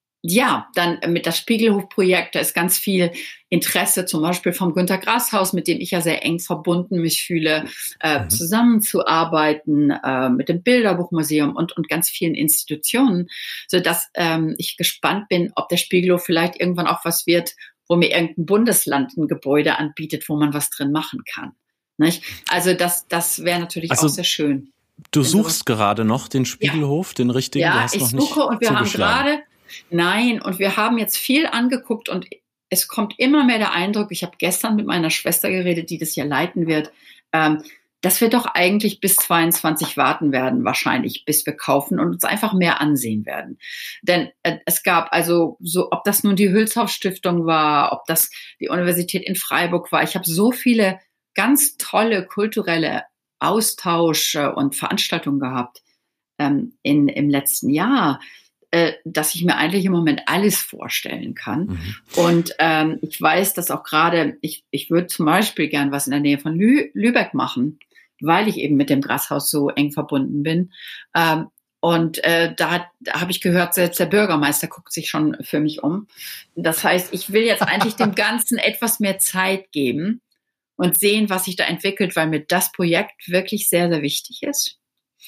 Ja, dann mit das Spiegelhof-Projekt, da ist ganz viel Interesse, zum Beispiel vom Günter Grass Haus, mit dem ich ja sehr eng verbunden mich fühle, äh, mhm. zusammenzuarbeiten, äh, mit dem Bilderbuchmuseum und, und ganz vielen Institutionen, sodass ähm, ich gespannt bin, ob der Spiegelhof vielleicht irgendwann auch was wird, wo mir irgendein Bundesland ein Gebäude anbietet, wo man was drin machen kann. Nicht? Also das, das wäre natürlich also, auch sehr schön. Du suchst gerade noch den Spiegelhof, ja. den richtigen? Ja, du hast ich noch suche nicht und wir haben gerade Nein, und wir haben jetzt viel angeguckt und es kommt immer mehr der Eindruck, ich habe gestern mit meiner Schwester geredet, die das ja leiten wird, ähm, dass wir doch eigentlich bis zweiundzwanzig warten werden, wahrscheinlich, bis wir kaufen und uns einfach mehr ansehen werden. Denn äh, es gab also, so, ob das nun die Hülshoff-Stiftung war, ob das die Universität in Freiburg war, ich habe so viele ganz tolle kulturelle Austausche und Veranstaltungen gehabt ähm, in, im letzten Jahr, dass ich mir eigentlich im Moment alles vorstellen kann. Mhm. Und ähm, ich weiß, dass auch gerade, ich, ich würde zum Beispiel gern was in der Nähe von Lü- Lübeck machen, weil ich eben mit dem Grasshaus so eng verbunden bin. Ähm, und äh, da, da habe ich gehört, selbst der Bürgermeister guckt sich schon für mich um. Das heißt, ich will jetzt eigentlich dem Ganzen etwas mehr Zeit geben und sehen, was sich da entwickelt, weil mir das Projekt wirklich sehr, sehr wichtig ist.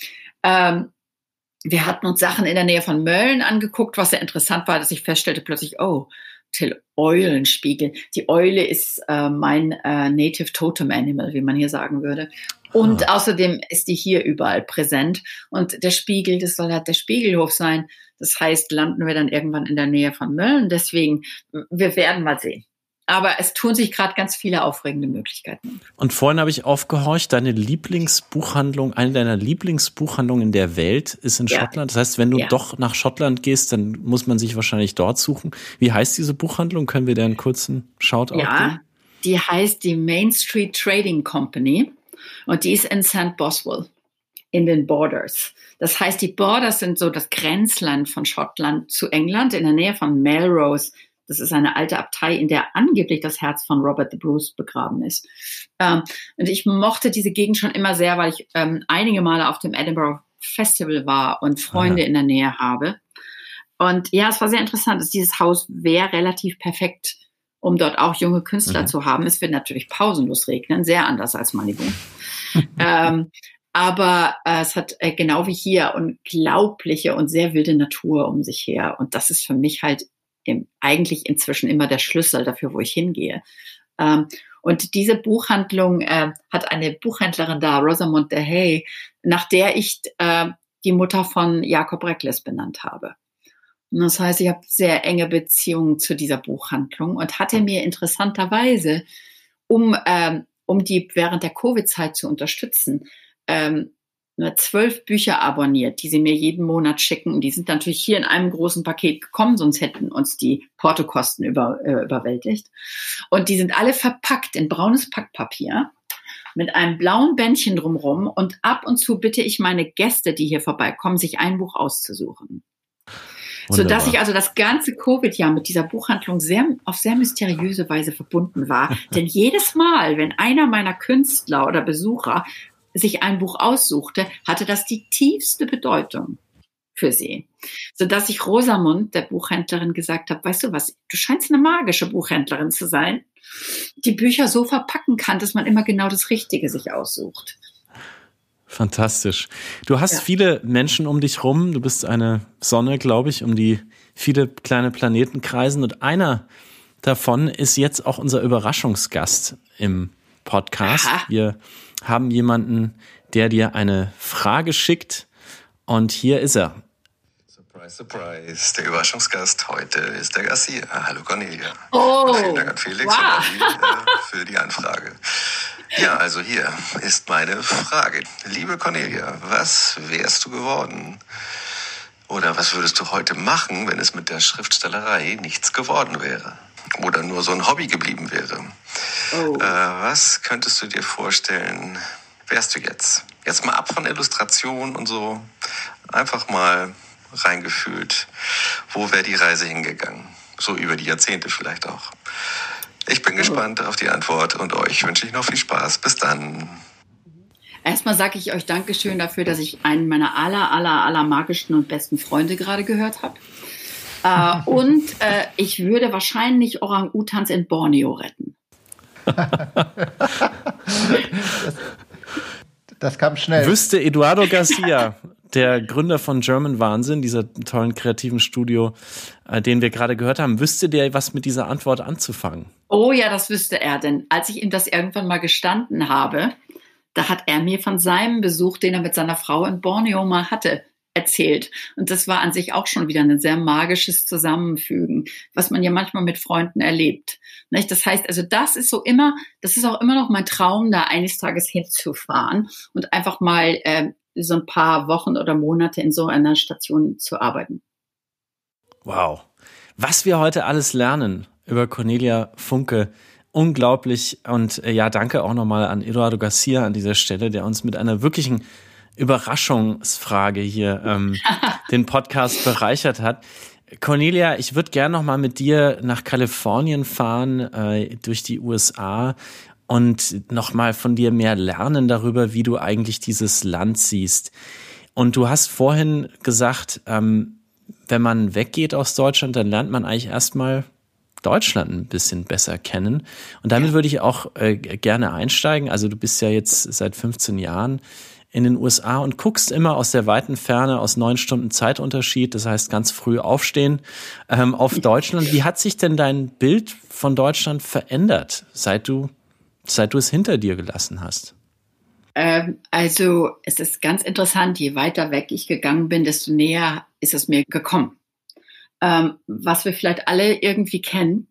Ähm, Wir hatten uns Sachen in der Nähe von Mölln angeguckt, was sehr interessant war, dass ich feststellte plötzlich, oh, Till, Eulenspiegel. Die Eule ist äh, mein äh, Native Totem Animal, wie man hier sagen würde. Und ah. außerdem ist die hier überall präsent. Und der Spiegel, das soll halt der Spiegelhof sein. Das heißt, landen wir dann irgendwann in der Nähe von Mölln. Deswegen, wir werden mal sehen. Aber es tun sich gerade ganz viele aufregende Möglichkeiten. Und vorhin habe ich aufgehorcht, deine Lieblingsbuchhandlung, eine deiner Lieblingsbuchhandlungen in der Welt ist in ja. Schottland. Das heißt, wenn du ja. doch nach Schottland gehst, dann muss man sich wahrscheinlich dort suchen. Wie heißt diese Buchhandlung? Können wir da einen kurzen Shoutout geben? Ja, die heißt die Main Street Trading Company und die ist in Saint Boswell in den Borders. Das heißt, die Borders sind so das Grenzland von Schottland zu England in der Nähe von Melrose. Das ist eine alte Abtei, in der angeblich das Herz von Robert the Bruce begraben ist. Ähm, und ich mochte diese Gegend schon immer sehr, weil ich ähm, einige Male auf dem Edinburgh Festival war und Freunde ah, ja. in der Nähe habe. Und ja, es war sehr interessant. Dieses Haus wäre relativ perfekt, um dort auch junge Künstler mhm. zu haben. Es wird natürlich pausenlos regnen, sehr anders als Malibu. ähm, aber äh, es hat äh, genau wie hier unglaubliche und sehr wilde Natur um sich her. Und das ist für mich halt im, eigentlich inzwischen immer der Schlüssel dafür, wo ich hingehe. Ähm, und diese Buchhandlung äh, hat eine Buchhändlerin da, Rosamund de Hey, nach der ich äh, die Mutter von Jakob Reckles benannt habe. Und das heißt, ich habe sehr enge Beziehungen zu dieser Buchhandlung und hatte mir interessanterweise, um, ähm, um die während der Covid-Zeit zu unterstützen, ähm, zwölf Bücher abonniert, die sie mir jeden Monat schicken. Und die sind natürlich hier in einem großen Paket gekommen, sonst hätten uns die Portokosten über, äh, überwältigt. Und die sind alle verpackt in braunes Packpapier mit einem blauen Bändchen drumherum. Und ab und zu bitte ich meine Gäste, die hier vorbeikommen, sich ein Buch auszusuchen. Wunderbar. Sodass ich also das ganze Covid-Jahr mit dieser Buchhandlung sehr, auf sehr mysteriöse Weise verbunden war. Denn jedes Mal, wenn einer meiner Künstler oder Besucher sich ein Buch aussuchte, hatte das die tiefste Bedeutung für sie. Sodass ich Rosamund, der Buchhändlerin, gesagt habe, weißt du was, du scheinst eine magische Buchhändlerin zu sein, die Bücher so verpacken kann, dass man immer genau das Richtige sich aussucht. Fantastisch. Du hast ja. viele Menschen um dich rum, du bist eine Sonne, glaube ich, um die viele kleine Planeten kreisen und einer davon ist jetzt auch unser Überraschungsgast im Podcast. Aha. Wir haben jemanden, der dir eine Frage schickt und hier ist er. Surprise, surprise. Der Überraschungsgast heute ist der Garcia. Hallo Cornelia. Oh, vielen Dank an Felix wow. und Ali äh, für die Anfrage. Ja, also hier ist meine Frage. Liebe Cornelia, was wärst du geworden? Oder was würdest du heute machen, wenn es mit der Schriftstellerei nichts geworden wäre? Oder nur so ein Hobby geblieben wäre? Oh. Äh, was könntest du dir vorstellen, wärst du jetzt? Jetzt mal ab von Illustration und so. Einfach mal reingefühlt. Wo wäre die Reise hingegangen? So über die Jahrzehnte vielleicht auch. Ich bin oh. gespannt auf die Antwort und euch wünsche ich noch viel Spaß. Bis dann. Erstmal sage ich euch Dankeschön dafür, dass ich einen meiner aller, aller, aller magischsten und besten Freunde gerade gehört habe. Uh, und uh, ich würde wahrscheinlich Orang-Utans in Borneo retten. das, das kam schnell. Wüsste Eduardo Garcia, der Gründer von German Wahnsinn, dieser tollen kreativen Studio, uh, den wir gerade gehört haben, wüsste der was mit dieser Antwort anzufangen? Oh ja, das wüsste er, denn als ich ihm das irgendwann mal gestanden habe, da hat er mir von seinem Besuch, den er mit seiner Frau in Borneo mal hatte, erzählt. Und das war an sich auch schon wieder ein sehr magisches Zusammenfügen, was man ja manchmal mit Freunden erlebt. Das heißt, also das ist so immer, das ist auch immer noch mein Traum, da eines Tages hinzufahren und einfach mal äh, so ein paar Wochen oder Monate in so einer Station zu arbeiten. Wow. Was wir heute alles lernen über Cornelia Funke. Unglaublich. Und äh, ja, danke auch nochmal an Eduardo Garcia an dieser Stelle, der uns mit einer wirklichen Überraschungsfrage hier ähm, den Podcast bereichert hat. Cornelia, ich würde gerne noch mal mit dir nach Kalifornien fahren, äh, durch die U S A und noch mal von dir mehr lernen darüber, wie du eigentlich dieses Land siehst. Und du hast vorhin gesagt, ähm, wenn man weggeht aus Deutschland, dann lernt man eigentlich erstmal Deutschland ein bisschen besser kennen. Und damit würde ich auch äh, gerne einsteigen. Also du bist ja jetzt seit fünfzehn Jahren in den U S A und guckst immer aus der weiten Ferne, aus neun Stunden Zeitunterschied, das heißt ganz früh aufstehen, ähm, auf Deutschland. Wie hat sich denn dein Bild von Deutschland verändert, seit du, seit du es hinter dir gelassen hast? Ähm, also es ist ganz interessant, je weiter weg ich gegangen bin, desto näher ist es mir gekommen. Ähm, was wir vielleicht alle irgendwie kennen.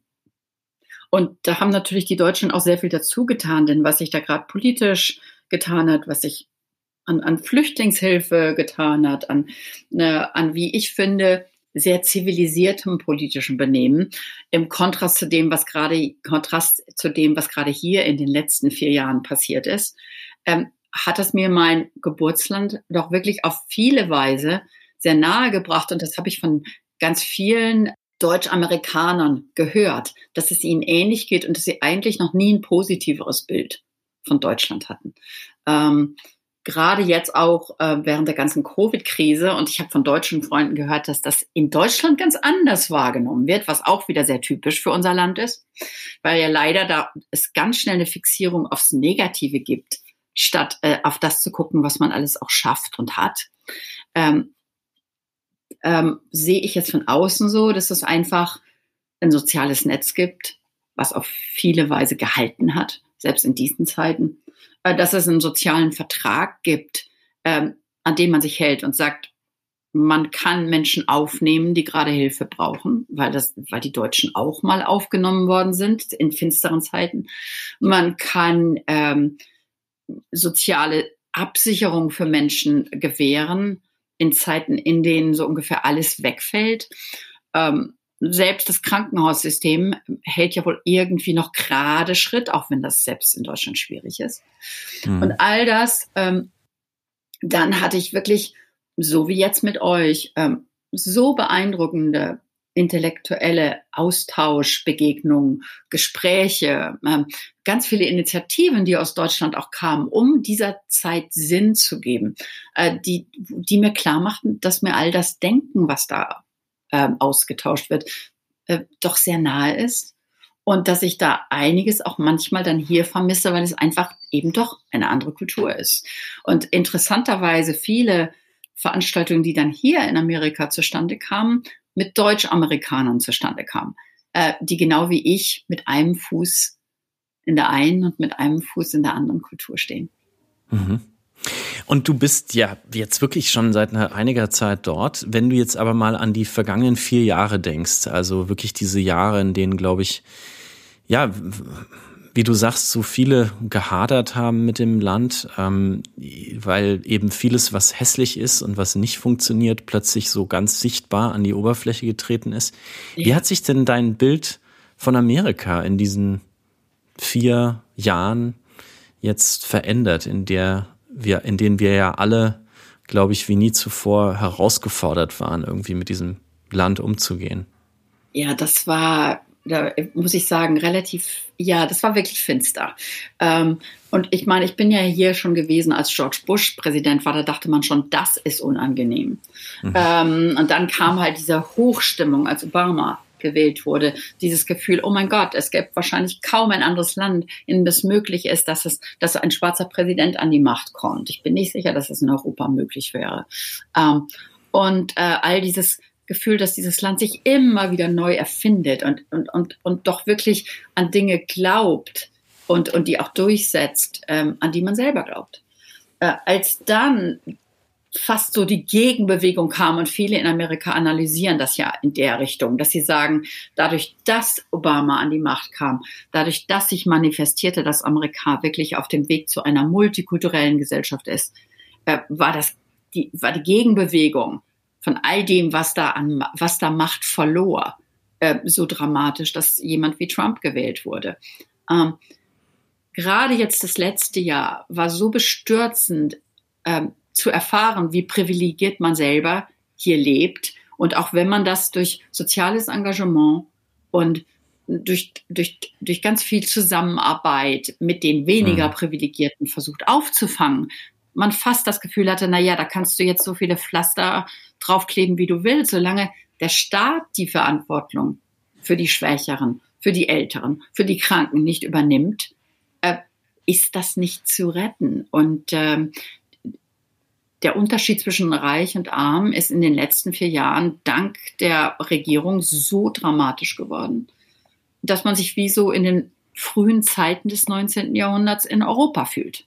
Und da haben natürlich die Deutschen auch sehr viel dazu getan, denn was sich da gerade politisch getan hat, was sich An, an Flüchtlingshilfe getan hat, an, ne, an, wie ich finde, sehr zivilisiertem politischen Benehmen, im Kontrast zu dem, was gerade, Kontrast zu dem, was gerade hier in den letzten vier Jahren passiert ist, ähm, hat es mir mein Geburtsland doch wirklich auf viele Weise sehr nahe gebracht. Und das habe ich von ganz vielen Deutsch-Amerikanern gehört, dass es ihnen ähnlich geht und dass sie eigentlich noch nie ein positiveres Bild von Deutschland hatten. Ähm, Gerade jetzt auch äh, während der ganzen Covid-Krise. Und ich habe von deutschen Freunden gehört, dass das in Deutschland ganz anders wahrgenommen wird, was auch wieder sehr typisch für unser Land ist, weil ja leider da es ganz schnell eine Fixierung aufs Negative gibt, statt äh, auf das zu gucken, was man alles auch schafft und hat. Ähm, ähm, sehe ich jetzt von außen so, dass es einfach ein soziales Netz gibt, was auf viele Weise gehalten hat, selbst in diesen Zeiten. Dass es einen sozialen Vertrag gibt, ähm, an den man sich hält und sagt, man kann Menschen aufnehmen, die gerade Hilfe brauchen, weil das, weil die Deutschen auch mal aufgenommen worden sind in finsteren Zeiten. Man kann ähm, soziale Absicherung für Menschen gewähren in Zeiten, in denen so ungefähr alles wegfällt. Ähm, selbst das Krankenhaussystem hält ja wohl irgendwie noch gerade Schritt, auch wenn das selbst in Deutschland schwierig ist. Mhm. Und all das, ähm, dann hatte ich wirklich, so wie jetzt mit euch, ähm, so beeindruckende intellektuelle Austauschbegegnungen, Gespräche, ähm, ganz viele Initiativen, die aus Deutschland auch kamen, um dieser Zeit Sinn zu geben, äh, die, die mir klar machten, dass mir all das Denken, was da ähm, ausgetauscht wird, äh, doch sehr nahe ist. Und dass ich da einiges auch manchmal dann hier vermisse, weil es einfach eben doch eine andere Kultur ist. Und interessanterweise viele Veranstaltungen, die dann hier in Amerika zustande kamen, mit Deutsch-Amerikanern zustande kamen, äh, die genau wie ich mit einem Fuß in der einen und mit einem Fuß in der anderen Kultur stehen. Mhm. Und du bist ja jetzt wirklich schon seit einer, einiger Zeit dort. Wenn du jetzt aber mal an die vergangenen vier Jahre denkst, also wirklich diese Jahre, in denen, glaube ich, ja, wie du sagst, so viele gehadert haben mit dem Land, ähm, weil eben vieles, was hässlich ist und was nicht funktioniert, plötzlich so ganz sichtbar an die Oberfläche getreten ist. Ja. Wie hat sich denn dein Bild von Amerika in diesen vier Jahren jetzt verändert, in der wir, in denen wir ja alle, glaube ich, wie nie zuvor herausgefordert waren, irgendwie mit diesem Land umzugehen? Ja, das war, da muss ich sagen, relativ, ja, das war wirklich finster. Ähm, und ich meine, ich bin ja hier schon gewesen, als George Bush Präsident war, da dachte man schon, das ist unangenehm. Mhm. Ähm, und dann kam halt diese Hochstimmung, als Obama gewählt wurde, dieses Gefühl, oh mein Gott, es gibt wahrscheinlich kaum ein anderes Land, in dem es möglich ist, dass es, dass ein schwarzer Präsident an die Macht kommt. Ich bin nicht sicher, dass es in Europa möglich wäre. Ähm, und äh, all dieses Gefühl, dass dieses Land sich immer wieder neu erfindet und, und, und, und doch wirklich an Dinge glaubt und, und die auch durchsetzt, ähm, an die man selber glaubt. Äh, als dann fast so die Gegenbewegung kam und viele in Amerika analysieren das ja in der Richtung, dass sie sagen, dadurch, dass Obama an die Macht kam, dadurch, dass sich manifestierte, dass Amerika wirklich auf dem Weg zu einer multikulturellen Gesellschaft ist, äh, war das die, war die Gegenbewegung von all dem, was da an, was da Macht verlor, äh, so dramatisch, dass jemand wie Trump gewählt wurde. Ähm, gerade jetzt das letzte Jahr war so bestürzend, ähm, zu erfahren, wie privilegiert man selber hier lebt. Und auch wenn man das durch soziales Engagement und durch, durch, durch ganz viel Zusammenarbeit mit den weniger Privilegierten versucht aufzufangen, man fast das Gefühl hatte, na ja, da kannst du jetzt so viele Pflaster draufkleben, wie du willst, solange der Staat die Verantwortung für die Schwächeren, für die Älteren, für die Kranken nicht übernimmt, äh, ist das nicht zu retten. Und ähm, der Unterschied zwischen Reich und Arm ist in den letzten vier Jahren dank der Regierung so dramatisch geworden, dass man sich wie so in den frühen Zeiten des neunzehnten Jahrhunderts in Europa fühlt.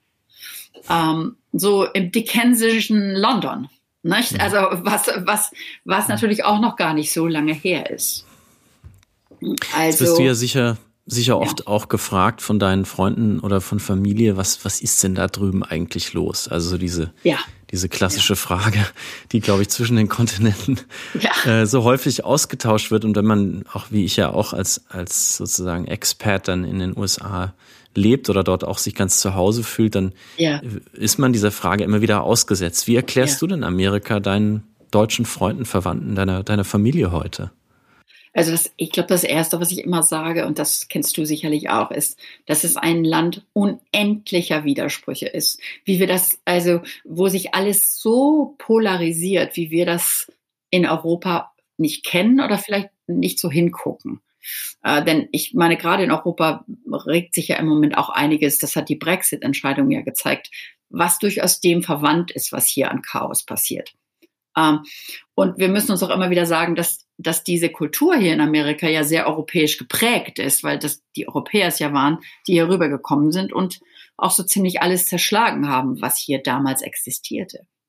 Ähm, so im Dickensischen London. Nicht? Also was, was, was natürlich auch noch gar nicht so lange her ist. Also, jetzt bist du ja sicher... Sicher oft ja. auch gefragt von deinen Freunden oder von Familie, was, was ist denn da drüben eigentlich los? Also diese, ja. diese klassische ja. Frage, die, glaube ich, zwischen den Kontinenten ja. äh, so häufig ausgetauscht wird. Und wenn man, auch wie ich ja auch als, als sozusagen Expat dann in den U S A lebt oder dort auch sich ganz zu Hause fühlt, dann ja. ist man dieser Frage immer wieder ausgesetzt. Wie erklärst ja. du denn Amerika deinen deutschen Freunden, Verwandten, deiner, deiner Familie heute? Also das, ich glaube, das Erste, was ich immer sage, und das kennst du sicherlich auch, ist, dass es ein Land unendlicher Widersprüche ist. Wie wir das, also wo sich alles so polarisiert, wie wir das in Europa nicht kennen oder vielleicht nicht so hingucken. Äh, denn ich meine, gerade in Europa regt sich ja im Moment auch einiges, das hat die Brexit-Entscheidung ja gezeigt, was durchaus dem verwandt ist, was hier an Chaos passiert. Ähm, und wir müssen uns auch immer wieder sagen, dass, dass diese Kultur hier in Amerika ja sehr europäisch geprägt ist, weil das die Europäer es ja waren, die hier rübergekommen sind und auch so ziemlich alles zerschlagen haben, was hier damals existierte.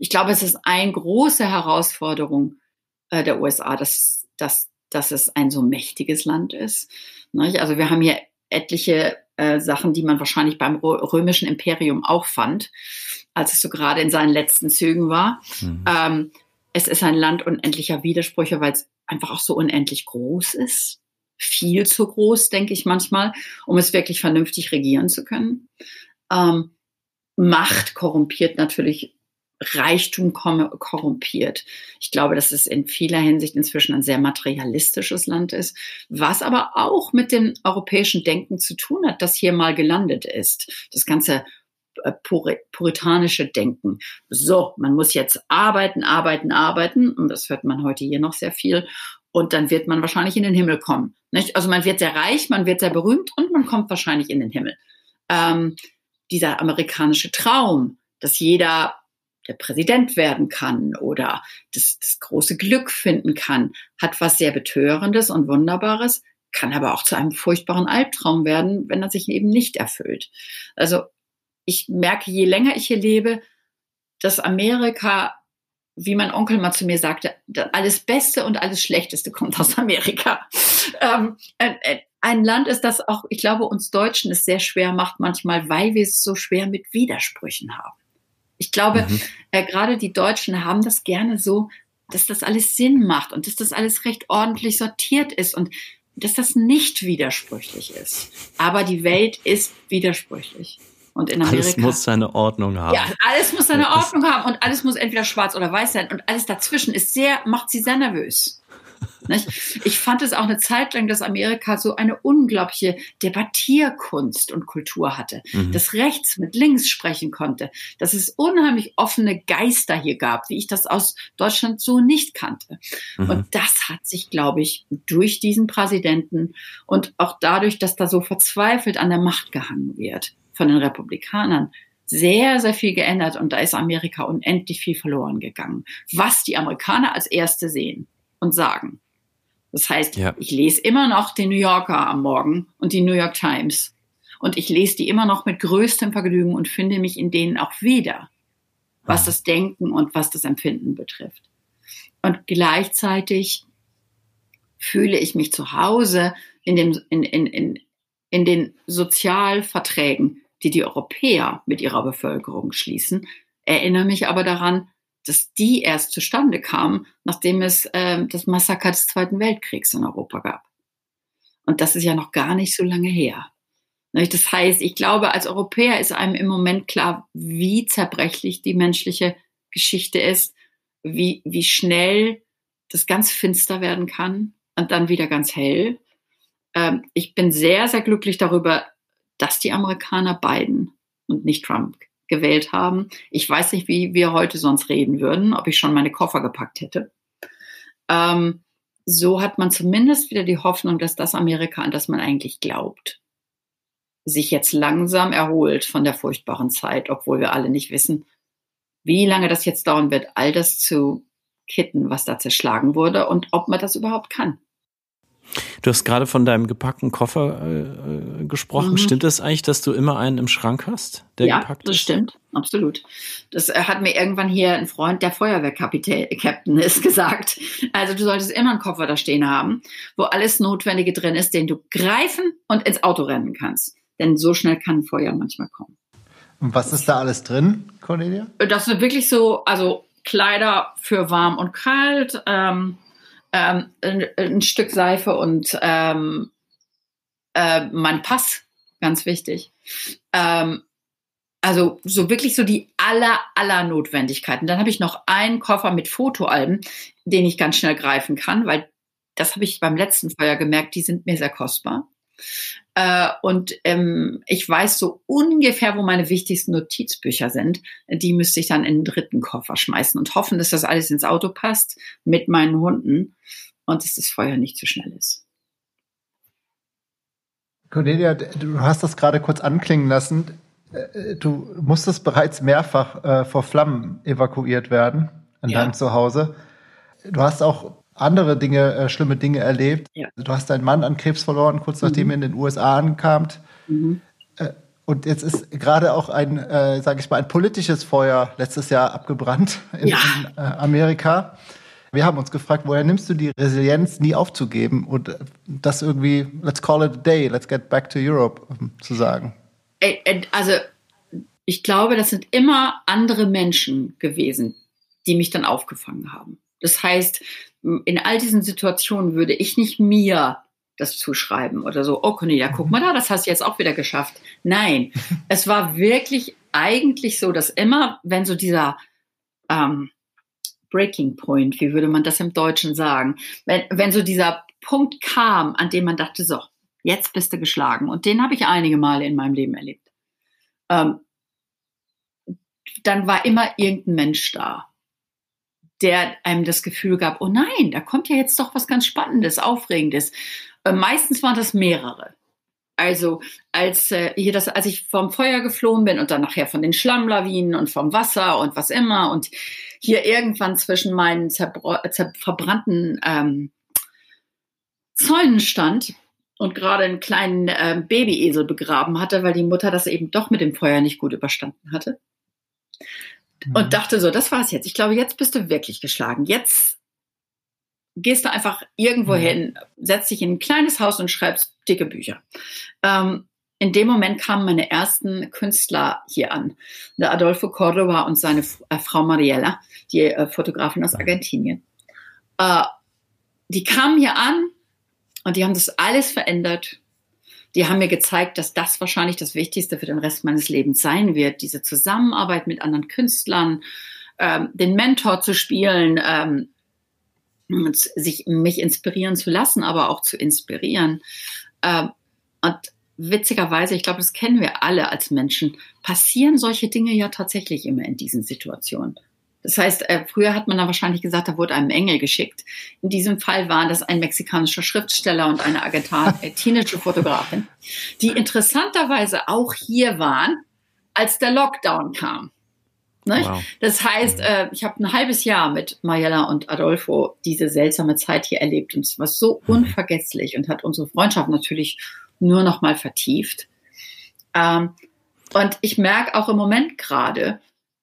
ich glaube, es ist eine große Herausforderung äh, der U S A, dass, dass, dass es ein so mächtiges Land ist. Nicht? Also wir haben hier etliche äh, Sachen, die man wahrscheinlich beim römischen Imperium auch fand, als es so gerade in seinen letzten Zügen war. Mhm. Ähm, es ist ein Land unendlicher Widersprüche, weil es einfach auch so unendlich groß ist. Viel zu groß, denke ich manchmal, um es wirklich vernünftig regieren zu können. Ähm, Macht korrumpiert natürlich, Reichtum korrumpiert. Ich glaube, dass es in vieler Hinsicht inzwischen ein sehr materialistisches Land ist, was aber auch mit dem europäischen Denken zu tun hat, das hier mal gelandet ist. Das ganze pur- puritanische Denken. So, man muss jetzt arbeiten, arbeiten, arbeiten, und das hört man heute hier noch sehr viel, und dann wird man wahrscheinlich in den Himmel kommen. Nicht? Also man wird sehr reich, man wird sehr berühmt und man kommt wahrscheinlich in den Himmel. Ähm, dieser amerikanische Traum, dass jeder der Präsident werden kann oder das, das große Glück finden kann, hat was sehr Betörendes und Wunderbares, kann aber auch zu einem furchtbaren Albtraum werden, wenn er sich eben nicht erfüllt. Also ich merke, je länger ich hier lebe, dass Amerika, wie mein Onkel mal zu mir sagte, alles Beste und alles Schlechteste kommt aus Amerika. Ähm, ein Land ist, das auch, ich glaube, uns Deutschen es sehr schwer macht manchmal, weil wir es so schwer mit Widersprüchen haben. Ich glaube, mhm. äh, gerade die Deutschen haben das gerne so, dass das alles Sinn macht und dass das alles recht ordentlich sortiert ist und dass das nicht widersprüchlich ist. Aber die Welt ist widersprüchlich. Und in Amerika, alles muss seine Ordnung haben. Ja, alles muss seine Ordnung haben und alles muss entweder schwarz oder weiß sein. Und alles dazwischen ist sehr, macht sie sehr nervös. Nicht? Ich fand es auch eine Zeit lang, dass Amerika so eine unglaubliche Debattierkunst und Kultur hatte, mhm. dass rechts mit links sprechen konnte, dass es unheimlich offene Geister hier gab, wie ich das aus Deutschland so nicht kannte. Mhm. Und das hat sich, glaube ich, durch diesen Präsidenten und auch dadurch, dass da so verzweifelt an der Macht gehangen wird von den Republikanern, sehr, sehr viel geändert. Und da ist Amerika unendlich viel verloren gegangen, was die Amerikaner als Erste sehen und sagen. Das heißt, ja. ich lese immer noch den New Yorker am Morgen und die New York Times. Und ich lese die immer noch mit größtem Vergnügen und finde mich in denen auch wieder, was das Denken und was das Empfinden betrifft. Und gleichzeitig fühle ich mich zu Hause in, dem, in, in, in, in den Sozialverträgen, die die Europäer mit ihrer Bevölkerung schließen, erinnere mich aber daran, dass die erst zustande kamen, nachdem es äh, das Massaker des Zweiten Weltkriegs in Europa gab. Und das ist ja noch gar nicht so lange her. Das heißt, ich glaube, als Europäer ist einem im Moment klar, wie zerbrechlich die menschliche Geschichte ist, wie, wie schnell das ganz finster werden kann und dann wieder ganz hell. Ähm, ich bin sehr, sehr glücklich darüber, dass die Amerikaner Biden und nicht Trump gewählt haben. Ich weiß nicht, wie wir heute sonst reden würden, ob ich schon meine Koffer gepackt hätte. Ähm, so hat man zumindest wieder die Hoffnung, dass das Amerika, an das man eigentlich glaubt, sich jetzt langsam erholt von der furchtbaren Zeit, obwohl wir alle nicht wissen, wie lange das jetzt dauern wird, all das zu kitten, was da zerschlagen wurde und ob man das überhaupt kann. Du hast gerade von deinem gepackten Koffer äh, gesprochen. Mhm. Stimmt es das eigentlich, dass du immer einen im Schrank hast, der ja, gepackt ist? Ja, das stimmt. Absolut. Das äh, hat mir irgendwann hier ein Freund, der Feuerwehrkapitän ist, gesagt. Also du solltest immer einen Koffer da stehen haben, wo alles Notwendige drin ist, den du greifen und ins Auto rennen kannst. Denn so schnell kann ein Feuer manchmal kommen. Und was ist da alles drin, Cornelia? Das sind wirklich so, also Kleider für warm und kalt, ähm, Ähm, ein, ein Stück Seife und ähm, äh, mein Pass, ganz wichtig. Ähm, also so wirklich so die aller, aller Notwendigkeiten. Dann habe ich noch einen Koffer mit Fotoalben, den ich ganz schnell greifen kann, weil das habe ich beim letzten Feuer gemerkt, die sind mir sehr kostbar. Äh, und ähm, ich weiß so ungefähr, wo meine wichtigsten Notizbücher sind. Die müsste ich dann in den dritten Koffer schmeißen und hoffen, dass das alles ins Auto passt mit meinen Hunden und dass das Feuer nicht zu schnell ist. Cornelia, du hast das gerade kurz anklingen lassen. Du musstest bereits mehrfach äh, vor Flammen evakuiert werden an ja. deinem Zuhause. Du hast auch andere Dinge, äh, schlimme Dinge erlebt. Ja. Du hast deinen Mann an Krebs verloren, kurz nachdem mhm. ihr in den U S A ankamt. Mhm. Äh, Und jetzt ist gerade auch ein, äh, sage ich mal, ein politisches Feuer letztes Jahr abgebrannt in, ja. in äh, Amerika. Wir haben uns gefragt, woher nimmst du die Resilienz, nie aufzugeben und das irgendwie, let's call it a day, let's get back to Europe, zu sagen? Also ich glaube, das sind immer andere Menschen gewesen, die mich dann aufgefangen haben. Das heißt, in all diesen Situationen würde ich nicht mir das zuschreiben oder so, oh Cornelia, guck mal da, das hast du jetzt auch wieder geschafft. Nein, es war wirklich eigentlich so, dass immer, wenn so dieser ähm, Breaking Point, wie würde man das im Deutschen sagen, wenn, wenn so dieser Punkt kam, an dem man dachte, so, jetzt bist du geschlagen. Und den habe ich einige Male in meinem Leben erlebt. Ähm, dann war immer irgendein Mensch da, der einem das Gefühl gab, oh nein, da kommt ja jetzt doch was ganz Spannendes, Aufregendes. Äh, meistens waren das mehrere. Also als äh, hier das, als ich vom Feuer geflohen bin und dann nachher von den Schlammlawinen und vom Wasser und was immer und hier irgendwann zwischen meinen zerbro- zer- verbrannten ähm, Zäunen stand und gerade einen kleinen äh, Babyesel begraben hatte, weil die Mutter das eben doch mit dem Feuer nicht gut überstanden hatte. Mhm. Und dachte so, das war's jetzt. Ich glaube, jetzt bist du wirklich geschlagen. Jetzt gehst du einfach irgendwo hin, setzt dich in ein kleines Haus und schreibst dicke Bücher. Ähm, in dem Moment kamen meine ersten Künstler hier an. Der Adolfo Córdoba und seine äh, Frau Mariela, die äh, Fotografin aus Argentinien. Äh, die kamen hier an und die haben das alles verändert. Die haben mir gezeigt, dass das wahrscheinlich das Wichtigste für den Rest meines Lebens sein wird. Diese Zusammenarbeit mit anderen Künstlern, ähm, den Mentor zu spielen, ähm, sich mich inspirieren zu lassen, aber auch zu inspirieren. Ähm, und witzigerweise, ich glaube, das kennen wir alle als Menschen, passieren solche Dinge ja tatsächlich immer in diesen Situationen. Das heißt, äh, früher hat man dann wahrscheinlich gesagt, da wurde einem Engel geschickt. In diesem Fall waren das ein mexikanischer Schriftsteller und eine argentinische Fotografin, die interessanterweise auch hier waren, als der Lockdown kam. Wow. Das heißt, äh, ich habe ein halbes Jahr mit Mariela und Adolfo diese seltsame Zeit hier erlebt und es war so unvergesslich und hat unsere Freundschaft natürlich nur noch mal vertieft. Ähm, und ich merke auch im Moment gerade,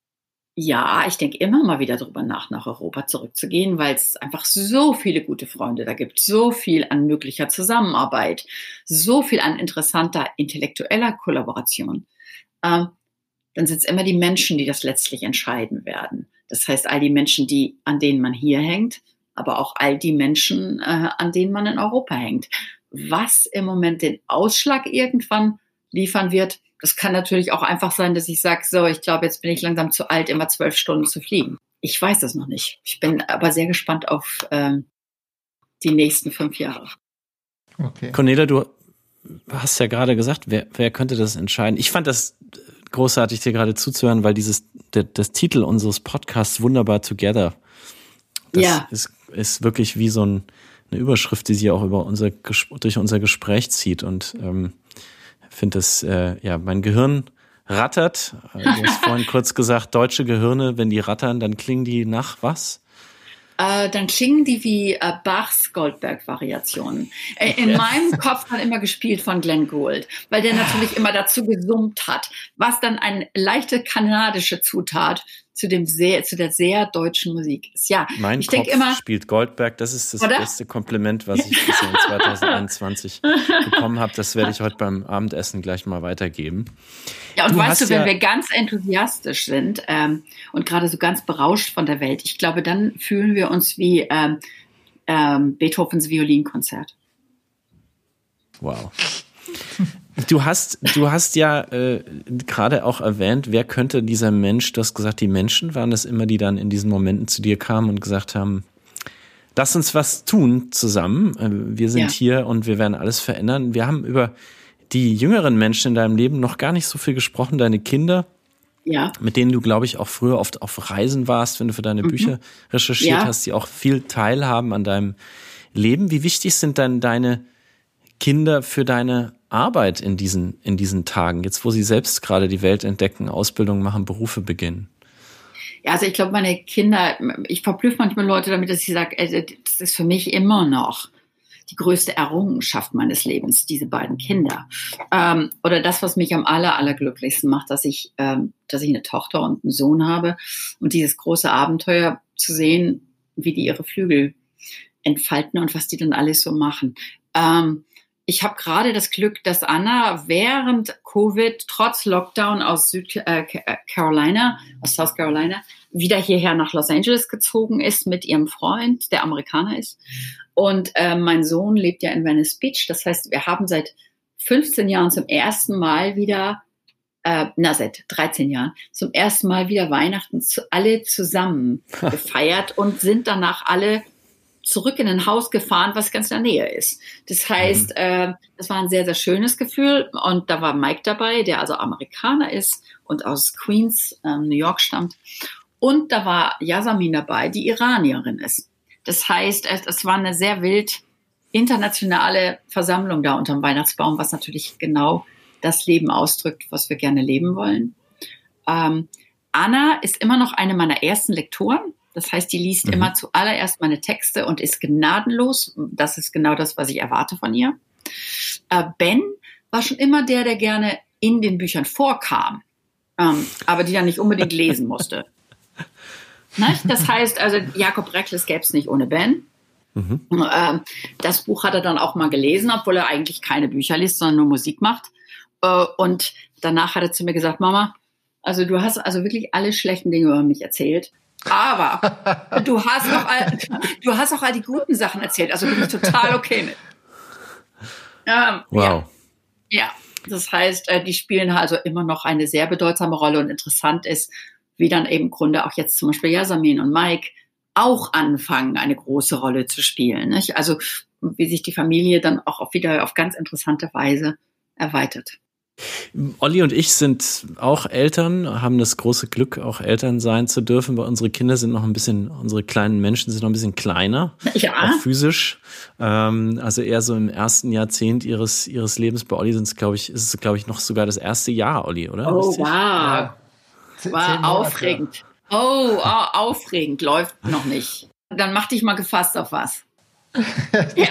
ja, ich denke immer mal wieder drüber nach, nach Europa zurückzugehen, weil es einfach so viele gute Freunde da gibt, so viel an möglicher Zusammenarbeit, so viel an interessanter intellektueller Kollaboration. Ähm, dann sind es immer die Menschen, die das letztlich entscheiden werden. Das heißt, all die Menschen, die, an denen man hier hängt, aber auch all die Menschen, äh, an denen man in Europa hängt. Was im Moment den Ausschlag irgendwann liefern wird, das kann natürlich auch einfach sein, dass ich sage, so, ich glaube, jetzt bin ich langsam zu alt, immer zwölf Stunden zu fliegen. Ich weiß das noch nicht. Ich bin aber sehr gespannt auf äh, die nächsten fünf Jahre. Okay. Cornelia, du hast ja gerade gesagt, wer, wer könnte das entscheiden? Ich fand das großartig, dir gerade zuzuhören, weil dieses der, das Titel unseres Podcasts Wunderbar Together, das ja. ist, ist wirklich wie so ein, eine Überschrift, die sich auch über unser durch unser Gespräch zieht und ähm, finde das, äh, ja, mein Gehirn rattert. Du hast vorhin kurz gesagt, deutsche Gehirne, wenn die rattern, dann klingen die nach was? Äh, dann klingen die wie äh, Bachs Goldberg-Variationen. Äh, in yes. meinem Kopf hat immer gespielt von Glenn Gould, weil der natürlich immer dazu gesummt hat, was dann eine leichte kanadische Zutat zu dem sehr, zu der sehr deutschen Musik ist. Ja, mein ich Kopf denke immer, spielt Goldberg. Das ist das oder? beste Kompliment, was ich bisher in zwanzig einundzwanzig bekommen habe. Das werde ich heute beim Abendessen gleich mal weitergeben. Ja, und du weißt du, wenn ja wir ganz enthusiastisch sind ähm, und gerade so ganz berauscht von der Welt, ich glaube, dann fühlen wir uns wie ähm, ähm, Beethovens Violinkonzert. Wow. Du hast, du hast ja äh, gerade auch erwähnt, wer könnte dieser Mensch, du hast gesagt, die Menschen waren das immer, die dann in diesen Momenten zu dir kamen und gesagt haben, lass uns was tun zusammen, wir sind ja. hier und wir werden alles verändern. Wir haben über die jüngeren Menschen in deinem Leben noch gar nicht so viel gesprochen, deine Kinder, ja. mit denen du, glaube ich, auch früher oft auf Reisen warst, wenn du für deine mhm. Bücher recherchiert ja. hast, die auch viel teilhaben an deinem Leben. Wie wichtig sind dann deine Kinder für deine Arbeit in diesen, in diesen Tagen, jetzt wo sie selbst gerade die Welt entdecken, Ausbildung machen, Berufe beginnen? Ja, also ich glaube, meine Kinder, ich verblüffe manchmal Leute damit, dass ich sage, das ist für mich immer noch die größte Errungenschaft meines Lebens, diese beiden Kinder. Ähm, oder das, was mich am aller, allerglücklichsten macht, dass ich, ähm, dass ich eine Tochter und einen Sohn habe und dieses große Abenteuer zu sehen, wie die ihre Flügel entfalten und was die dann alles so machen. Ähm, ich habe gerade das Glück, dass Anna während Covid, trotz Lockdown aus Südcarolina, äh, aus South Carolina, wieder hierher nach Los Angeles gezogen ist mit ihrem Freund, der Amerikaner ist. Und äh, mein Sohn lebt ja in Venice Beach. Das heißt, wir haben seit fünfzehn Jahren zum ersten Mal wieder, äh, na seit dreizehn Jahren, zum ersten Mal wieder Weihnachten zu, alle zusammen gefeiert und sind danach alle zurück in ein Haus gefahren, was ganz in der Nähe ist. Das heißt, äh, das war ein sehr, sehr schönes Gefühl. Und da war Mike dabei, der also Amerikaner ist und aus Queens, äh, New York stammt. Und da war Yasamin dabei, die Iranierin ist. Das heißt, es war eine sehr wild internationale Versammlung da unterm Weihnachtsbaum, was natürlich genau das Leben ausdrückt, was wir gerne leben wollen. Ähm, Anna ist immer noch eine meiner ersten Lektoren. Das heißt, die liest mhm. immer zuallererst meine Texte und ist gnadenlos. Das ist genau das, was ich erwarte von ihr. Äh, Ben war schon immer der, der gerne in den Büchern vorkam, ähm, aber die dann nicht unbedingt lesen musste. Das heißt, also Jakob Reckless gäbe es nicht ohne Ben. Mhm. Ähm, das Buch hat er dann auch mal gelesen, obwohl er eigentlich keine Bücher liest, sondern nur Musik macht. Äh, und danach hat er zu mir gesagt, Mama, also du hast also wirklich alle schlechten Dinge über mich erzählt. Aber du hast auch all, du hast auch all die guten Sachen erzählt, also bin ich total okay mit. Ähm, wow. Ja, ja, das heißt, die spielen also immer noch eine sehr bedeutsame Rolle und interessant ist, wie dann eben im Grunde auch jetzt zum Beispiel Yasamin und Mike auch anfangen, eine große Rolle zu spielen. Nicht? Also wie sich die Familie dann auch wieder auf ganz interessante Weise erweitert. Olli und ich sind auch Eltern, haben das große Glück, auch Eltern sein zu dürfen, weil unsere Kinder sind noch ein bisschen, unsere kleinen Menschen sind noch ein bisschen kleiner, ja. Auch physisch. Ähm, also eher so im ersten Jahrzehnt ihres ihres Lebens. Bei Olli sind es, glaube ich, ist es, glaube ich, noch sogar das erste Jahr, Olli, oder? Oh, Richtig? wow. Ja. War aufregend. Oh, oh, aufregend, läuft noch nicht. Dann mach dich mal gefasst auf was. Ja.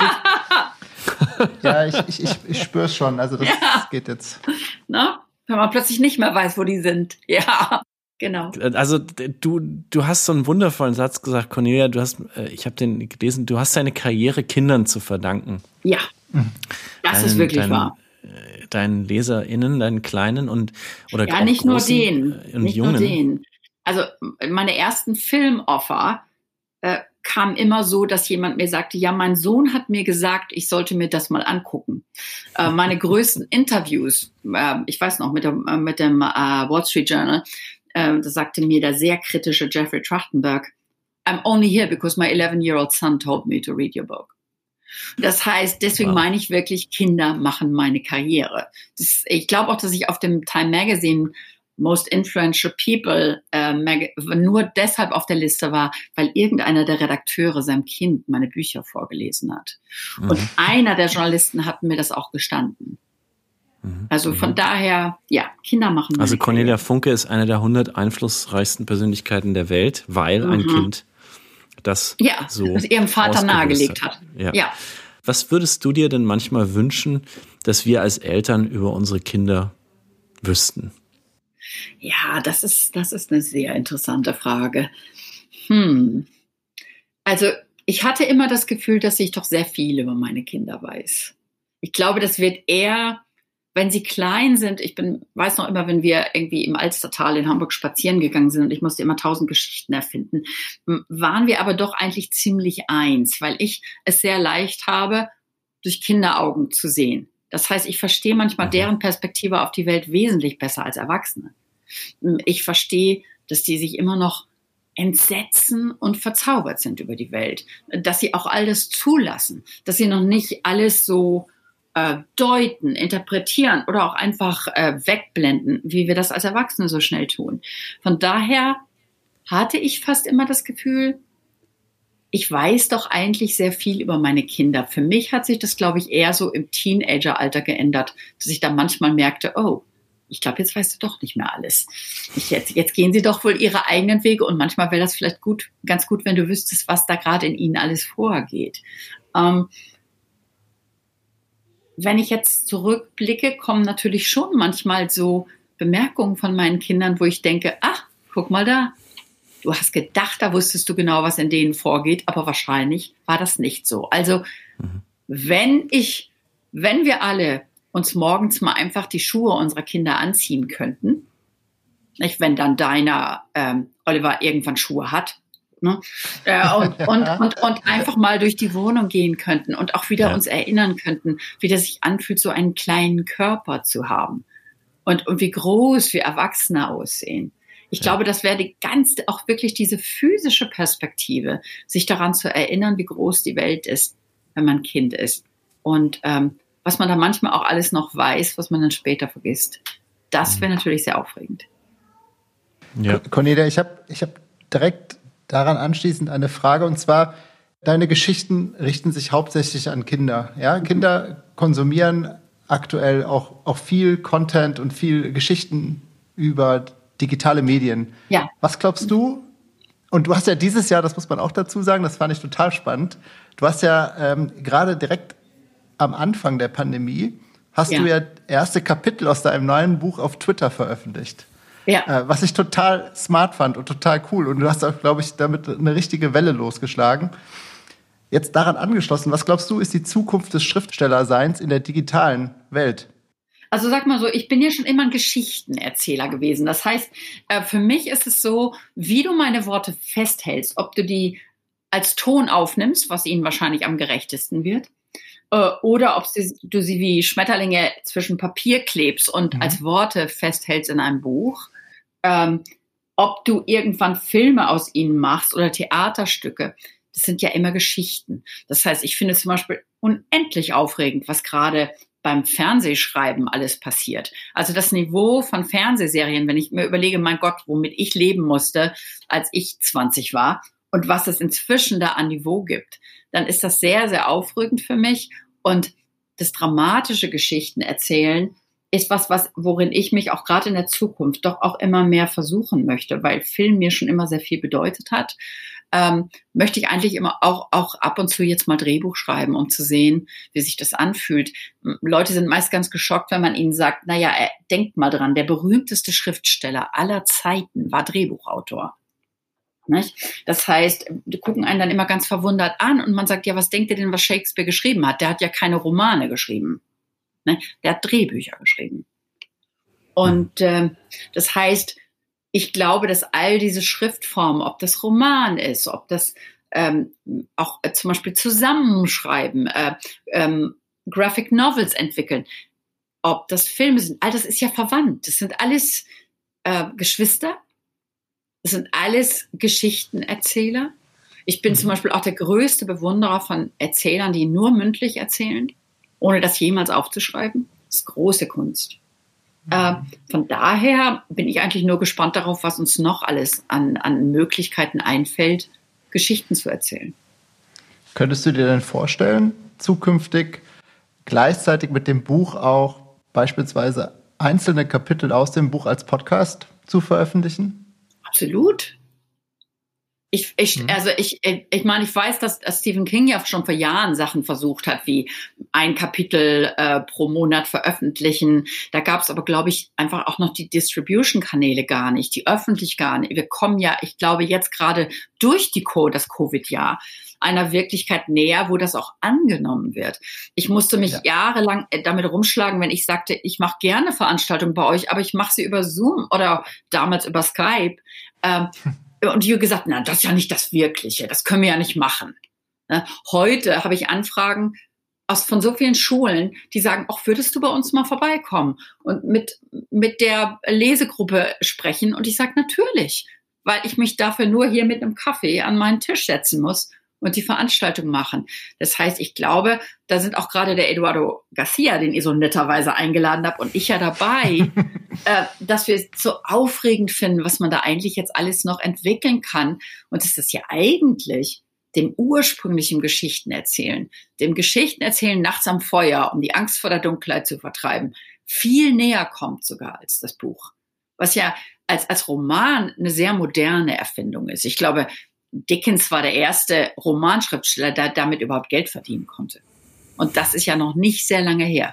Ja, ich, ich, ich, ich spüre es schon. Also das, ja. das geht jetzt. Na? Wenn man plötzlich nicht mehr weiß, wo die sind. Ja, genau. Also du, du hast so einen wundervollen Satz gesagt, Cornelia. Du hast, ich habe den gelesen. Du hast deine Karriere Kindern zu verdanken. Ja, das deinen, ist wirklich deinen, wahr. Deinen LeserInnen, deinen Kleinen und oder ja, auch nicht nur großen den, und nicht Jungen. nur den. Also meine ersten Filmoffer äh, kam immer so, dass jemand mir sagte, ja, mein Sohn hat mir gesagt, ich sollte mir das mal angucken. Äh, meine größten Interviews, äh, ich weiß noch, mit dem, äh, mit dem äh, Wall Street Journal, äh, da sagte mir der sehr kritische Jeffrey Trachtenberg, I'm only here because my eleven-year-old son told me to read your book. Das heißt, deswegen wow. meine ich wirklich, Kinder machen meine Karriere. Das, ich glaube auch, dass ich auf dem Time Magazine Most Influential People äh, mag- nur deshalb auf der Liste war, weil irgendeiner der Redakteure seinem Kind meine Bücher vorgelesen hat. Mhm. Und einer der Journalisten hat mir das auch gestanden. Mhm. Also von mhm. daher, ja, Kinder machen meine Also Cornelia Karriere. Funke ist eine der hundert einflussreichsten Persönlichkeiten der Welt, weil mhm. ein Kind das ja, so das ihrem Vater nahegelegt hat. hat. Ja. ja. Was würdest du dir denn manchmal wünschen, dass wir als Eltern über unsere Kinder wüssten? Ja, das ist, das ist eine sehr interessante Frage. Hm. Also ich hatte immer das Gefühl, dass ich doch sehr viel über meine Kinder weiß. Ich glaube, das wird eher, wenn sie klein sind, ich bin, weiß noch immer, wenn wir irgendwie im Alstertal in Hamburg spazieren gegangen sind und ich musste immer tausend Geschichten erfinden, waren wir aber doch eigentlich ziemlich eins, weil ich es sehr leicht habe, durch Kinderaugen zu sehen. Das heißt, ich verstehe manchmal deren Perspektive auf die Welt wesentlich besser als Erwachsene. Ich verstehe, dass die sich immer noch entsetzen und verzaubert sind über die Welt, dass sie auch alles zulassen, dass sie noch nicht alles so äh, deuten, interpretieren oder auch einfach äh, wegblenden, wie wir das als Erwachsene so schnell tun. Von daher hatte ich fast immer das Gefühl, ich weiß doch eigentlich sehr viel über meine Kinder. Für mich hat sich das, glaube ich, eher so im Teenageralter geändert, dass ich da manchmal merkte, oh, ich glaube, jetzt weißt du doch nicht mehr alles. Ich, jetzt, jetzt gehen sie doch wohl ihre eigenen Wege und manchmal wäre das vielleicht gut, ganz gut, wenn du wüsstest, was da gerade in ihnen alles vorgeht. Ähm, wenn ich jetzt zurückblicke, kommen natürlich schon manchmal so Bemerkungen von meinen Kindern, wo ich denke, ach, guck mal da, du hast gedacht, da wusstest du genau, was in denen vorgeht, aber wahrscheinlich war das nicht so. Also mhm. wenn ich, wenn wir alle uns morgens mal einfach die Schuhe unserer Kinder anziehen könnten, nicht, wenn dann deiner ähm, Oliver irgendwann Schuhe hat, ne? äh, und, und, und, und einfach mal durch die Wohnung gehen könnten und auch wieder ja. uns erinnern könnten, wie das sich anfühlt, so einen kleinen Körper zu haben und, und wie groß wir Erwachsene aussehen. Ich ja. glaube, das wäre die ganz, auch wirklich diese physische Perspektive, sich daran zu erinnern, wie groß die Welt ist, wenn man Kind ist. Und ähm, was man da manchmal auch alles noch weiß, was man dann später vergisst. Das wäre natürlich sehr aufregend. Ja. Cornelia, ich habe ich hab direkt daran anschließend eine Frage, und zwar, deine Geschichten richten sich hauptsächlich an Kinder. Ja? Kinder konsumieren aktuell auch, auch viel Content und viel Geschichten über digitale Medien. Ja. Was glaubst du? Und du hast ja dieses Jahr, das muss man auch dazu sagen, das fand ich total spannend, du hast ja ähm, gerade direkt am Anfang der Pandemie, hast ja. du ja erste Kapitel aus deinem neuen Buch auf Twitter veröffentlicht. Ja. Äh, was ich total smart fand und total cool. Und du hast auch, glaube ich, damit eine richtige Welle losgeschlagen. Jetzt daran angeschlossen, was glaubst du, ist die Zukunft des Schriftstellerseins in der digitalen Welt? Also sag mal so, ich bin ja schon immer ein Geschichtenerzähler gewesen. Das heißt, äh, für mich ist es so, wie du meine Worte festhältst, ob du die als Ton aufnimmst, was ihnen wahrscheinlich am gerechtesten wird, äh, oder ob sie, du sie wie Schmetterlinge zwischen Papier klebst und mhm. als Worte festhältst in einem Buch. Ähm, ob du irgendwann Filme aus ihnen machst oder Theaterstücke, das sind ja immer Geschichten. Das heißt, ich finde zum Beispiel unendlich aufregend, was gerade beim Fernsehschreiben alles passiert. Also das Niveau von Fernsehserien, wenn ich mir überlege, mein Gott, womit ich leben musste, als ich zwanzig war und was es inzwischen da an Niveau gibt, dann ist das sehr, sehr aufregend für mich. Und das dramatische Geschichten erzählen ist was, was, worin ich mich auch gerade in der Zukunft doch auch immer mehr versuchen möchte, weil Film mir schon immer sehr viel bedeutet hat. Ähm, möchte ich eigentlich immer auch, auch ab und zu jetzt mal Drehbuch schreiben, um zu sehen, wie sich das anfühlt. Leute sind meist ganz geschockt, wenn man ihnen sagt, naja, denkt mal dran, der berühmteste Schriftsteller aller Zeiten war Drehbuchautor. Nicht? Das heißt, die gucken einen dann immer ganz verwundert an und man sagt, ja, was denkt ihr denn, was Shakespeare geschrieben hat? Der hat ja keine Romane geschrieben. Der hat Drehbücher geschrieben. Und äh, das heißt, ich glaube, dass all diese Schriftformen, ob das Roman ist, ob das ähm, auch äh, zum Beispiel Zusammenschreiben, äh, ähm, Graphic Novels entwickeln, ob das Filme sind, all das ist ja verwandt. Das sind alles äh, Geschwister, das sind alles Geschichtenerzähler. Ich bin mhm. zum Beispiel auch der größte Bewunderer von Erzählern, die nur mündlich erzählen, ohne das jemals aufzuschreiben. Das ist große Kunst. Mhm. Äh, von daher bin ich eigentlich nur gespannt darauf, was uns noch alles an, an Möglichkeiten einfällt, Geschichten zu erzählen. Könntest du dir denn vorstellen, zukünftig gleichzeitig mit dem Buch auch beispielsweise einzelne Kapitel aus dem Buch als Podcast zu veröffentlichen? Absolut. Ich, ich, also ich, ich meine, ich weiß, dass Stephen King ja schon vor Jahren Sachen versucht hat, wie ein Kapitel äh, pro Monat veröffentlichen. Da gab es aber, glaube ich, einfach auch noch die Distribution-Kanäle gar nicht, die öffentlich gar nicht. Wir kommen ja, ich glaube, jetzt gerade durch die Co- das Covid-Jahr einer Wirklichkeit näher, wo das auch angenommen wird. Ich musste mich ja. jahrelang damit rumschlagen, wenn ich sagte, ich mache gerne Veranstaltungen bei euch, aber ich mache sie über Zoom oder damals über Skype. Ähm, Und die haben gesagt, na, das ist ja nicht das Wirkliche, das können wir ja nicht machen. Heute habe ich Anfragen aus, von so vielen Schulen, die sagen, ach, würdest du bei uns mal vorbeikommen und mit, mit der Lesegruppe sprechen? Und ich sage, natürlich, weil ich mich dafür nur hier mit einem Kaffee an meinen Tisch setzen muss und die Veranstaltung machen. Das heißt, ich glaube, da sind auch gerade der Eduardo Garcia, den ihr so netterweise eingeladen habt, und ich ja dabei, äh, dass wir es so aufregend finden, was man da eigentlich jetzt alles noch entwickeln kann. Und dass das ja eigentlich dem ursprünglichen Geschichtenerzählen, dem Geschichtenerzählen nachts am Feuer, um die Angst vor der Dunkelheit zu vertreiben, viel näher kommt sogar als das Buch. Was ja als, als Roman eine sehr moderne Erfindung ist. Ich glaube, Dickens war der erste Romanschriftsteller, der damit überhaupt Geld verdienen konnte. Und das ist ja noch nicht sehr lange her.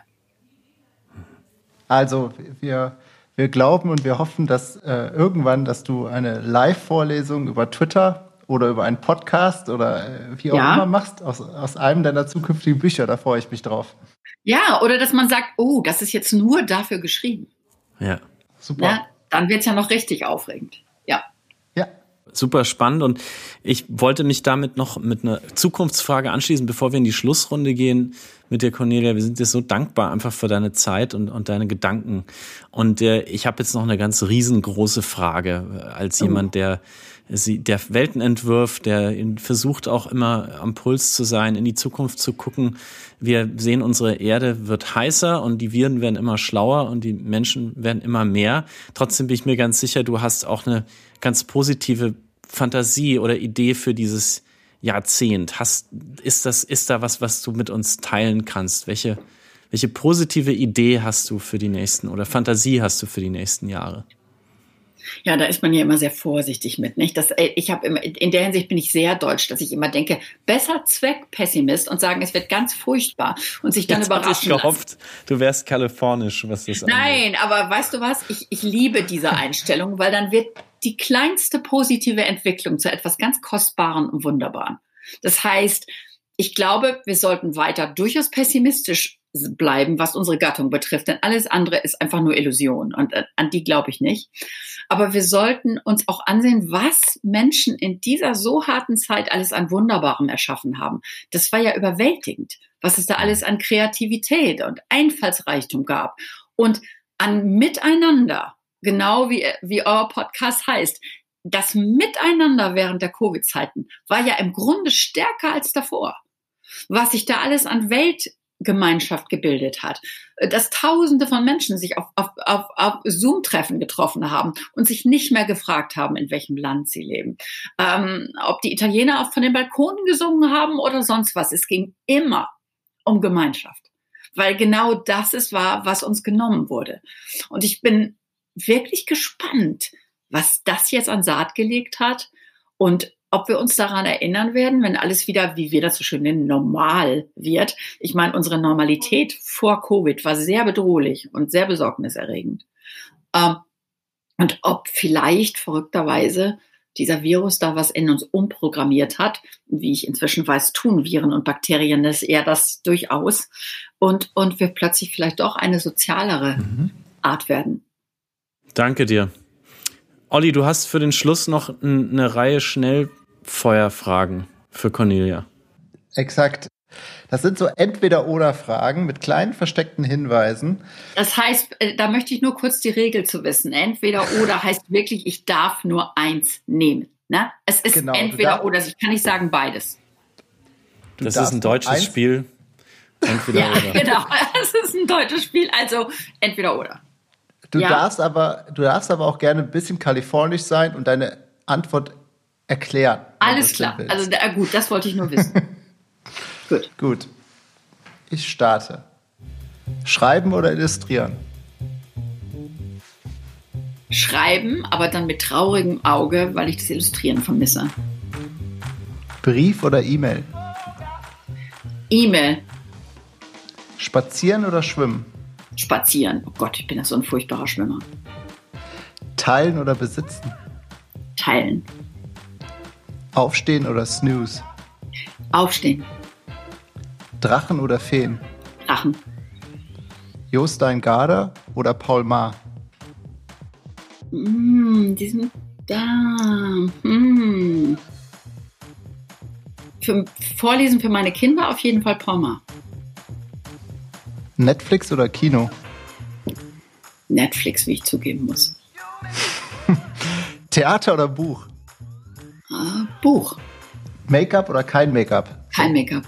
Also wir, wir glauben und wir hoffen, dass äh, irgendwann, dass du eine Live-Vorlesung über Twitter oder über einen Podcast oder äh, wie auch ja. immer machst, aus, aus einem deiner zukünftigen Bücher. Da freue ich mich drauf. Ja, oder dass man sagt, oh, das ist jetzt nur dafür geschrieben. Ja. Super. Ja, dann wird es ja noch richtig aufregend. Ja. Ja. Super spannend und ich wollte mich damit noch mit einer Zukunftsfrage anschließen, bevor wir in die Schlussrunde gehen mit dir, Cornelia. Wir sind dir so dankbar einfach für deine Zeit und, und deine Gedanken. Und äh, ich habe jetzt noch eine ganz riesengroße Frage als jemand, der sie, der Welten entwirft, der versucht auch immer am Puls zu sein, in die Zukunft zu gucken. Wir sehen, unsere Erde wird heißer und die Viren werden immer schlauer und die Menschen werden immer mehr. Trotzdem bin ich mir ganz sicher, du hast auch eine ganz positive Fantasie oder Idee für dieses Jahrzehnt. Hast, ist das, ist da was, was du mit uns teilen kannst? Welche, welche positive Idee hast du für die nächsten oder Fantasie hast du für die nächsten Jahre? Ja, da ist man ja immer sehr vorsichtig mit, nicht? Das, ich habe immer, in der Hinsicht bin ich sehr deutsch, dass ich immer denke, besser Zweckpessimist und sagen, es wird ganz furchtbar und sich dann Jetzt überraschen lassen. Ich gehofft, du wärst kalifornisch, was das angeht. Nein, aber weißt du was? Ich, ich liebe diese Einstellung, weil dann wird die kleinste positive Entwicklung zu etwas ganz Kostbaren und Wunderbaren. Das heißt, ich glaube, wir sollten weiter durchaus pessimistisch bleiben, was unsere Gattung betrifft, denn alles andere ist einfach nur Illusion und an die glaube ich nicht. Aber wir sollten uns auch ansehen, was Menschen in dieser so harten Zeit alles an Wunderbarem erschaffen haben. Das war ja überwältigend, was es da alles an Kreativität und Einfallsreichtum gab und an Miteinander, genau wie, wie euer Podcast heißt. Das Miteinander während der Covid-Zeiten war ja im Grunde stärker als davor. Was sich da alles an Weltgemeinschaft gebildet hat, dass Tausende von Menschen sich auf, auf, auf, auf Zoom-Treffen getroffen haben und sich nicht mehr gefragt haben, in welchem Land sie leben. Ähm, ob die Italiener auch von den Balkonen gesungen haben oder sonst was. Es ging immer um Gemeinschaft, weil genau das es war, was uns genommen wurde. Und ich bin wirklich gespannt, was das jetzt an Saat gelegt hat und ob wir uns daran erinnern werden, wenn alles wieder, wie wir das so schön nennen, normal wird. Ich meine, unsere Normalität vor Covid war sehr bedrohlich und sehr besorgniserregend. Ähm, und ob vielleicht verrückterweise dieser Virus da was in uns umprogrammiert hat, wie ich inzwischen weiß, tun Viren und Bakterien das eher das durchaus. Und, und wir plötzlich vielleicht doch eine sozialere mhm. Art werden. Danke dir. Olli, du hast für den Schluss noch eine Reihe Schnellfeuerfragen für Cornelia. Exakt. Das sind so Entweder-Oder-Fragen mit kleinen versteckten Hinweisen. Das heißt, da möchte ich nur kurz die Regel zu wissen. Entweder-Oder heißt wirklich, ich darf nur eins nehmen. Ne? Es ist genau, Entweder-Oder. Ich kann nicht sagen beides. Du das ist ein deutsches eins? Spiel. Entweder-Oder. Ja, genau. Das ist ein deutsches Spiel. Also Entweder-Oder. Du, ja. darfst aber, du darfst aber auch gerne ein bisschen kalifornisch sein und deine Antwort erklären. Alles klar. Also da, gut, das wollte ich nur wissen. Gut. Gut. Ich starte. Schreiben oder illustrieren? Schreiben, aber dann mit traurigem Auge, weil ich das Illustrieren vermisse. Brief oder E-Mail? E-Mail. Spazieren oder schwimmen? Spazieren. Oh Gott, ich bin ja so ein furchtbarer Schwimmer. Teilen oder besitzen? Teilen. Aufstehen oder Snooze? Aufstehen. Drachen oder Feen? Drachen. Jostein Garder oder Paul Maar? Mm, die sind da. Mm. Für Vorlesen für meine Kinder auf jeden Fall Paul Maar. Netflix oder Kino? Netflix, wie ich zugeben muss. Theater oder Buch? Uh, Buch. Make-up oder kein Make-up? Kein Make-up.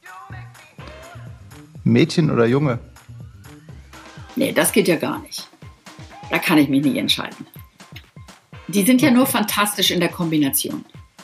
Mädchen oder Junge? Nee, das geht ja gar nicht. Da kann ich mich nicht entscheiden. Die sind ja nur fantastisch in der Kombination.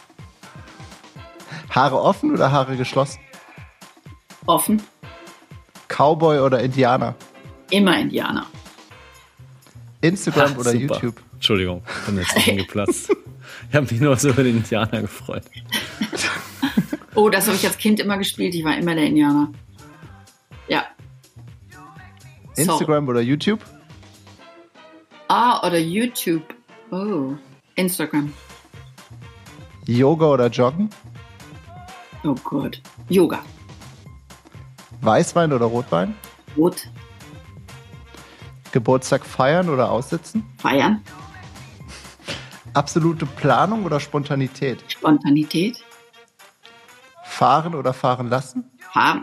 Haare offen oder Haare geschlossen? Offen. Cowboy oder Indianer? Immer Indianer. Instagram Ach, oder super. YouTube? Entschuldigung, ich bin jetzt hingeplatzt. Ich habe mich nur so über den Indianer gefreut. Oh, das habe ich als Kind immer gespielt. Ich war immer der Indianer. Ja. Instagram so. Oder YouTube? Ah, oder YouTube. Oh, Instagram. Yoga oder Joggen? Oh Gott. Yoga. Weißwein oder Rotwein? Rot. Geburtstag feiern oder aussitzen? Feiern. Absolute Planung oder Spontanität? Spontanität. Fahren oder fahren lassen? Fahren.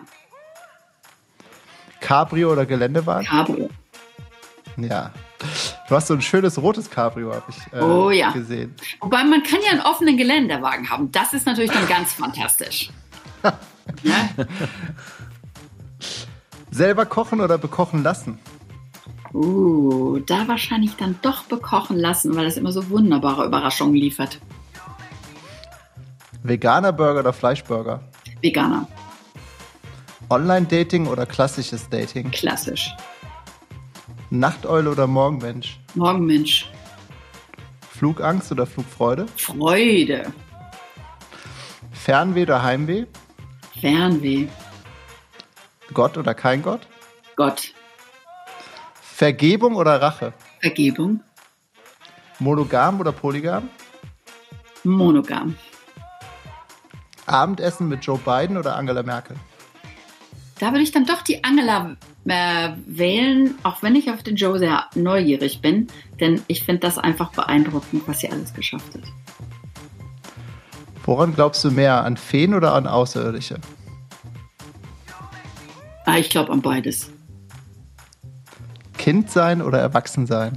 Cabrio oder Geländewagen? Cabrio. Ja. Du hast so ein schönes rotes Cabrio, habe ich äh, oh, ja. gesehen. Wobei man kann ja einen offenen Geländewagen haben. Das ist natürlich dann ganz fantastisch. Ja? Selber kochen oder bekochen lassen? Uh, da wahrscheinlich dann doch bekochen lassen, weil das immer so wunderbare Überraschungen liefert. Veganer Burger oder Fleischburger? Veganer. Online-Dating oder klassisches Dating? Klassisch. Nachteule oder Morgenmensch? Morgenmensch. Flugangst oder Flugfreude? Freude. Fernweh oder Heimweh? Fernweh. Gott oder kein Gott? Gott. Vergebung oder Rache? Vergebung. Monogam oder polygam? Monogam. Abendessen mit Joe Biden oder Angela Merkel? Da würde ich dann doch die Angela äh, wählen, auch wenn ich auf den Joe sehr neugierig bin, denn ich finde das einfach beeindruckend, was sie alles geschafft hat. Woran glaubst du mehr, an Feen oder an Außerirdische? Ah, ich glaube an beides. Kind sein oder erwachsen sein?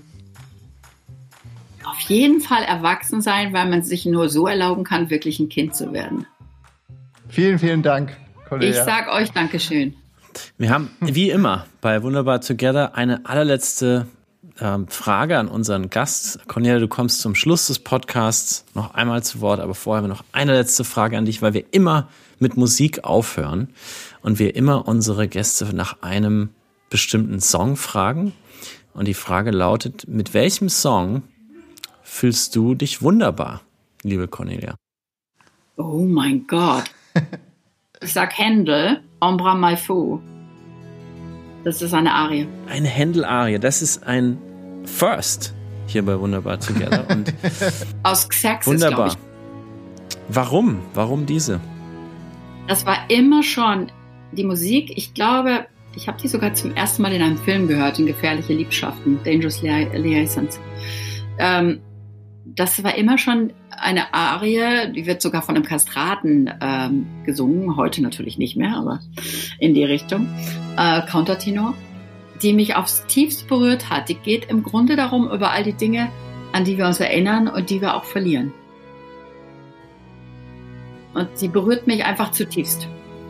Auf jeden Fall erwachsen sein, weil man sich nur so erlauben kann, wirklich ein Kind zu werden. Vielen, vielen Dank, Cornelia. Ich sag euch Dankeschön. Wir haben, wie immer, bei Wunderbar Together eine allerletzte ähm, Frage an unseren Gast. Cornelia, du kommst zum Schluss des Podcasts noch einmal zu Wort, aber vorher noch eine letzte Frage an dich, weil wir immer mit Musik aufhören und wir immer unsere Gäste nach einem bestimmten Song fragen. Und die Frage lautet, mit welchem Song fühlst du dich wunderbar, liebe Cornelia? Oh mein Gott. Ich sag Händel, Embrun Mai Fou. Das ist eine Arie. Eine Händel-Arie, das ist ein First hier bei Wunderbar Together. Und aus Xerxes, wunderbar. glaube ich. Warum? Warum diese? Das war immer schon die Musik. Ich glaube, ich habe die sogar zum ersten Mal in einem Film gehört, in Gefährliche Liebschaften, Dangerous Liaisons. Ähm, das war immer schon eine Arie, die wird sogar von einem Kastraten ähm, gesungen, heute natürlich nicht mehr, aber in die Richtung, äh, Countertenor, die mich aufs Tiefste berührt hat. Die geht im Grunde darum, über all die Dinge, an die wir uns erinnern und die wir auch verlieren. Und sie berührt mich einfach zutiefst.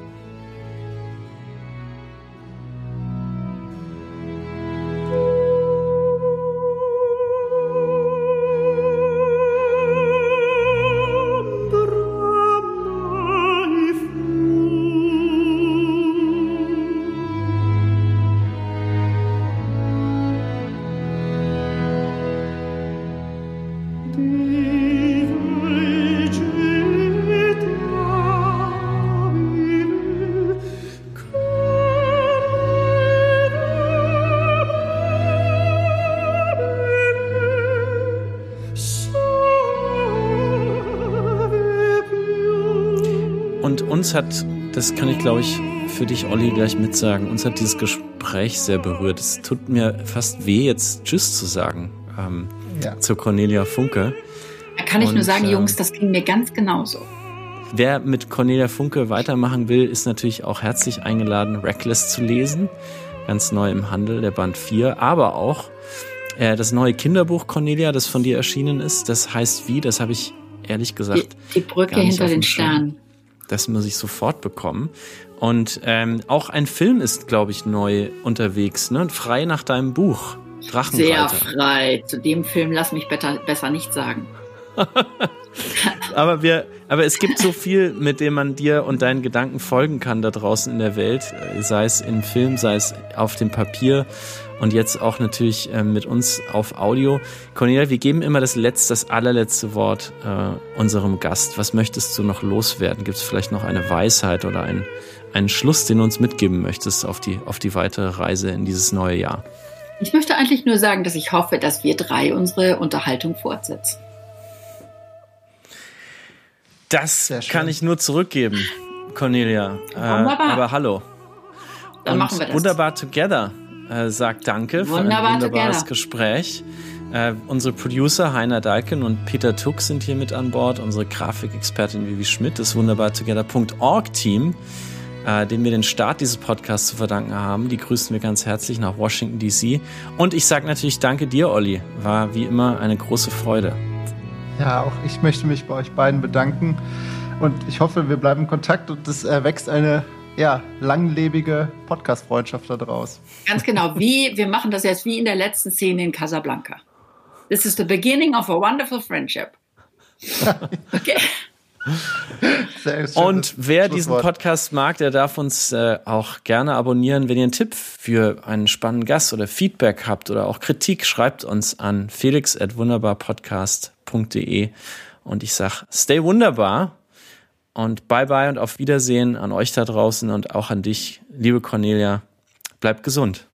Uns hat, das kann ich glaube ich für dich, Olli, gleich mitsagen, uns hat dieses Gespräch sehr berührt. Es tut mir fast weh, jetzt Tschüss zu sagen ähm, ja. zu Cornelia Funke. Da kann ich Und, nur sagen, äh, Jungs, das ging mir ganz genauso. Wer mit Cornelia Funke weitermachen will, ist natürlich auch herzlich eingeladen, Reckless zu lesen. Ganz neu im Handel, der Band vier. Aber auch äh, das neue Kinderbuch, Cornelia, das von dir erschienen ist. Das heißt wie? Das habe ich ehrlich gesagt Die, die Brücke hinter den Sternen. Das muss ich sofort bekommen. Und ähm, auch ein Film ist, glaube ich, neu unterwegs. Ne? Frei nach deinem Buch. Drachenreiter. Sehr frei. Zu dem Film lass mich besser, besser nicht sagen. aber wir, aber es gibt so viel, mit dem man dir und deinen Gedanken folgen kann da draußen in der Welt, sei es in Film, sei es auf dem Papier und jetzt auch natürlich äh, mit uns auf Audio. Cornelia, wir geben immer das letzte, das allerletzte Wort äh, unserem Gast. Was möchtest du noch loswerden? Gibt es vielleicht noch eine Weisheit oder einen, einen Schluss, den du uns mitgeben möchtest auf die, auf die weitere Reise in dieses neue Jahr? Ich möchte eigentlich nur sagen, dass ich hoffe, dass wir drei unsere Unterhaltung fortsetzen. Das kann ich nur zurückgeben, Cornelia. Wunderbar. Äh, aber hallo. Dann und machen wir das. Wunderbar Together äh, sagt Danke Wunderbar für ein wunderbares together. Gespräch. Äh, unsere Producer Heiner Dalken und Peter Tuck sind hier mit an Bord. Unsere Grafikexpertin Vivi Schmidt, das wunderbar together Punkt org Team, äh, dem wir den Start dieses Podcasts zu verdanken haben. Die grüßen wir ganz herzlich nach Washington D C. Und ich sage natürlich Danke dir, Olli. War wie immer eine große Freude. Ja, auch ich möchte mich bei euch beiden bedanken und ich hoffe, wir bleiben in Kontakt und es erwächst eine ja, langlebige Podcast-Freundschaft da draus. Ganz genau, wie wir machen das jetzt wie in der letzten Szene in Casablanca. This is the beginning of a wonderful friendship. Okay. Sehr schönes Und wer diesen Schlusswort. Podcast mag, der darf uns äh, auch gerne abonnieren. Wenn ihr einen Tipp für einen spannenden Gast oder Feedback habt oder auch Kritik, schreibt uns an felix at wunderbarpodcast punkt de und ich sag, stay wunderbar und bye bye und auf Wiedersehen an euch da draußen und auch an dich, liebe Cornelia. Bleibt gesund.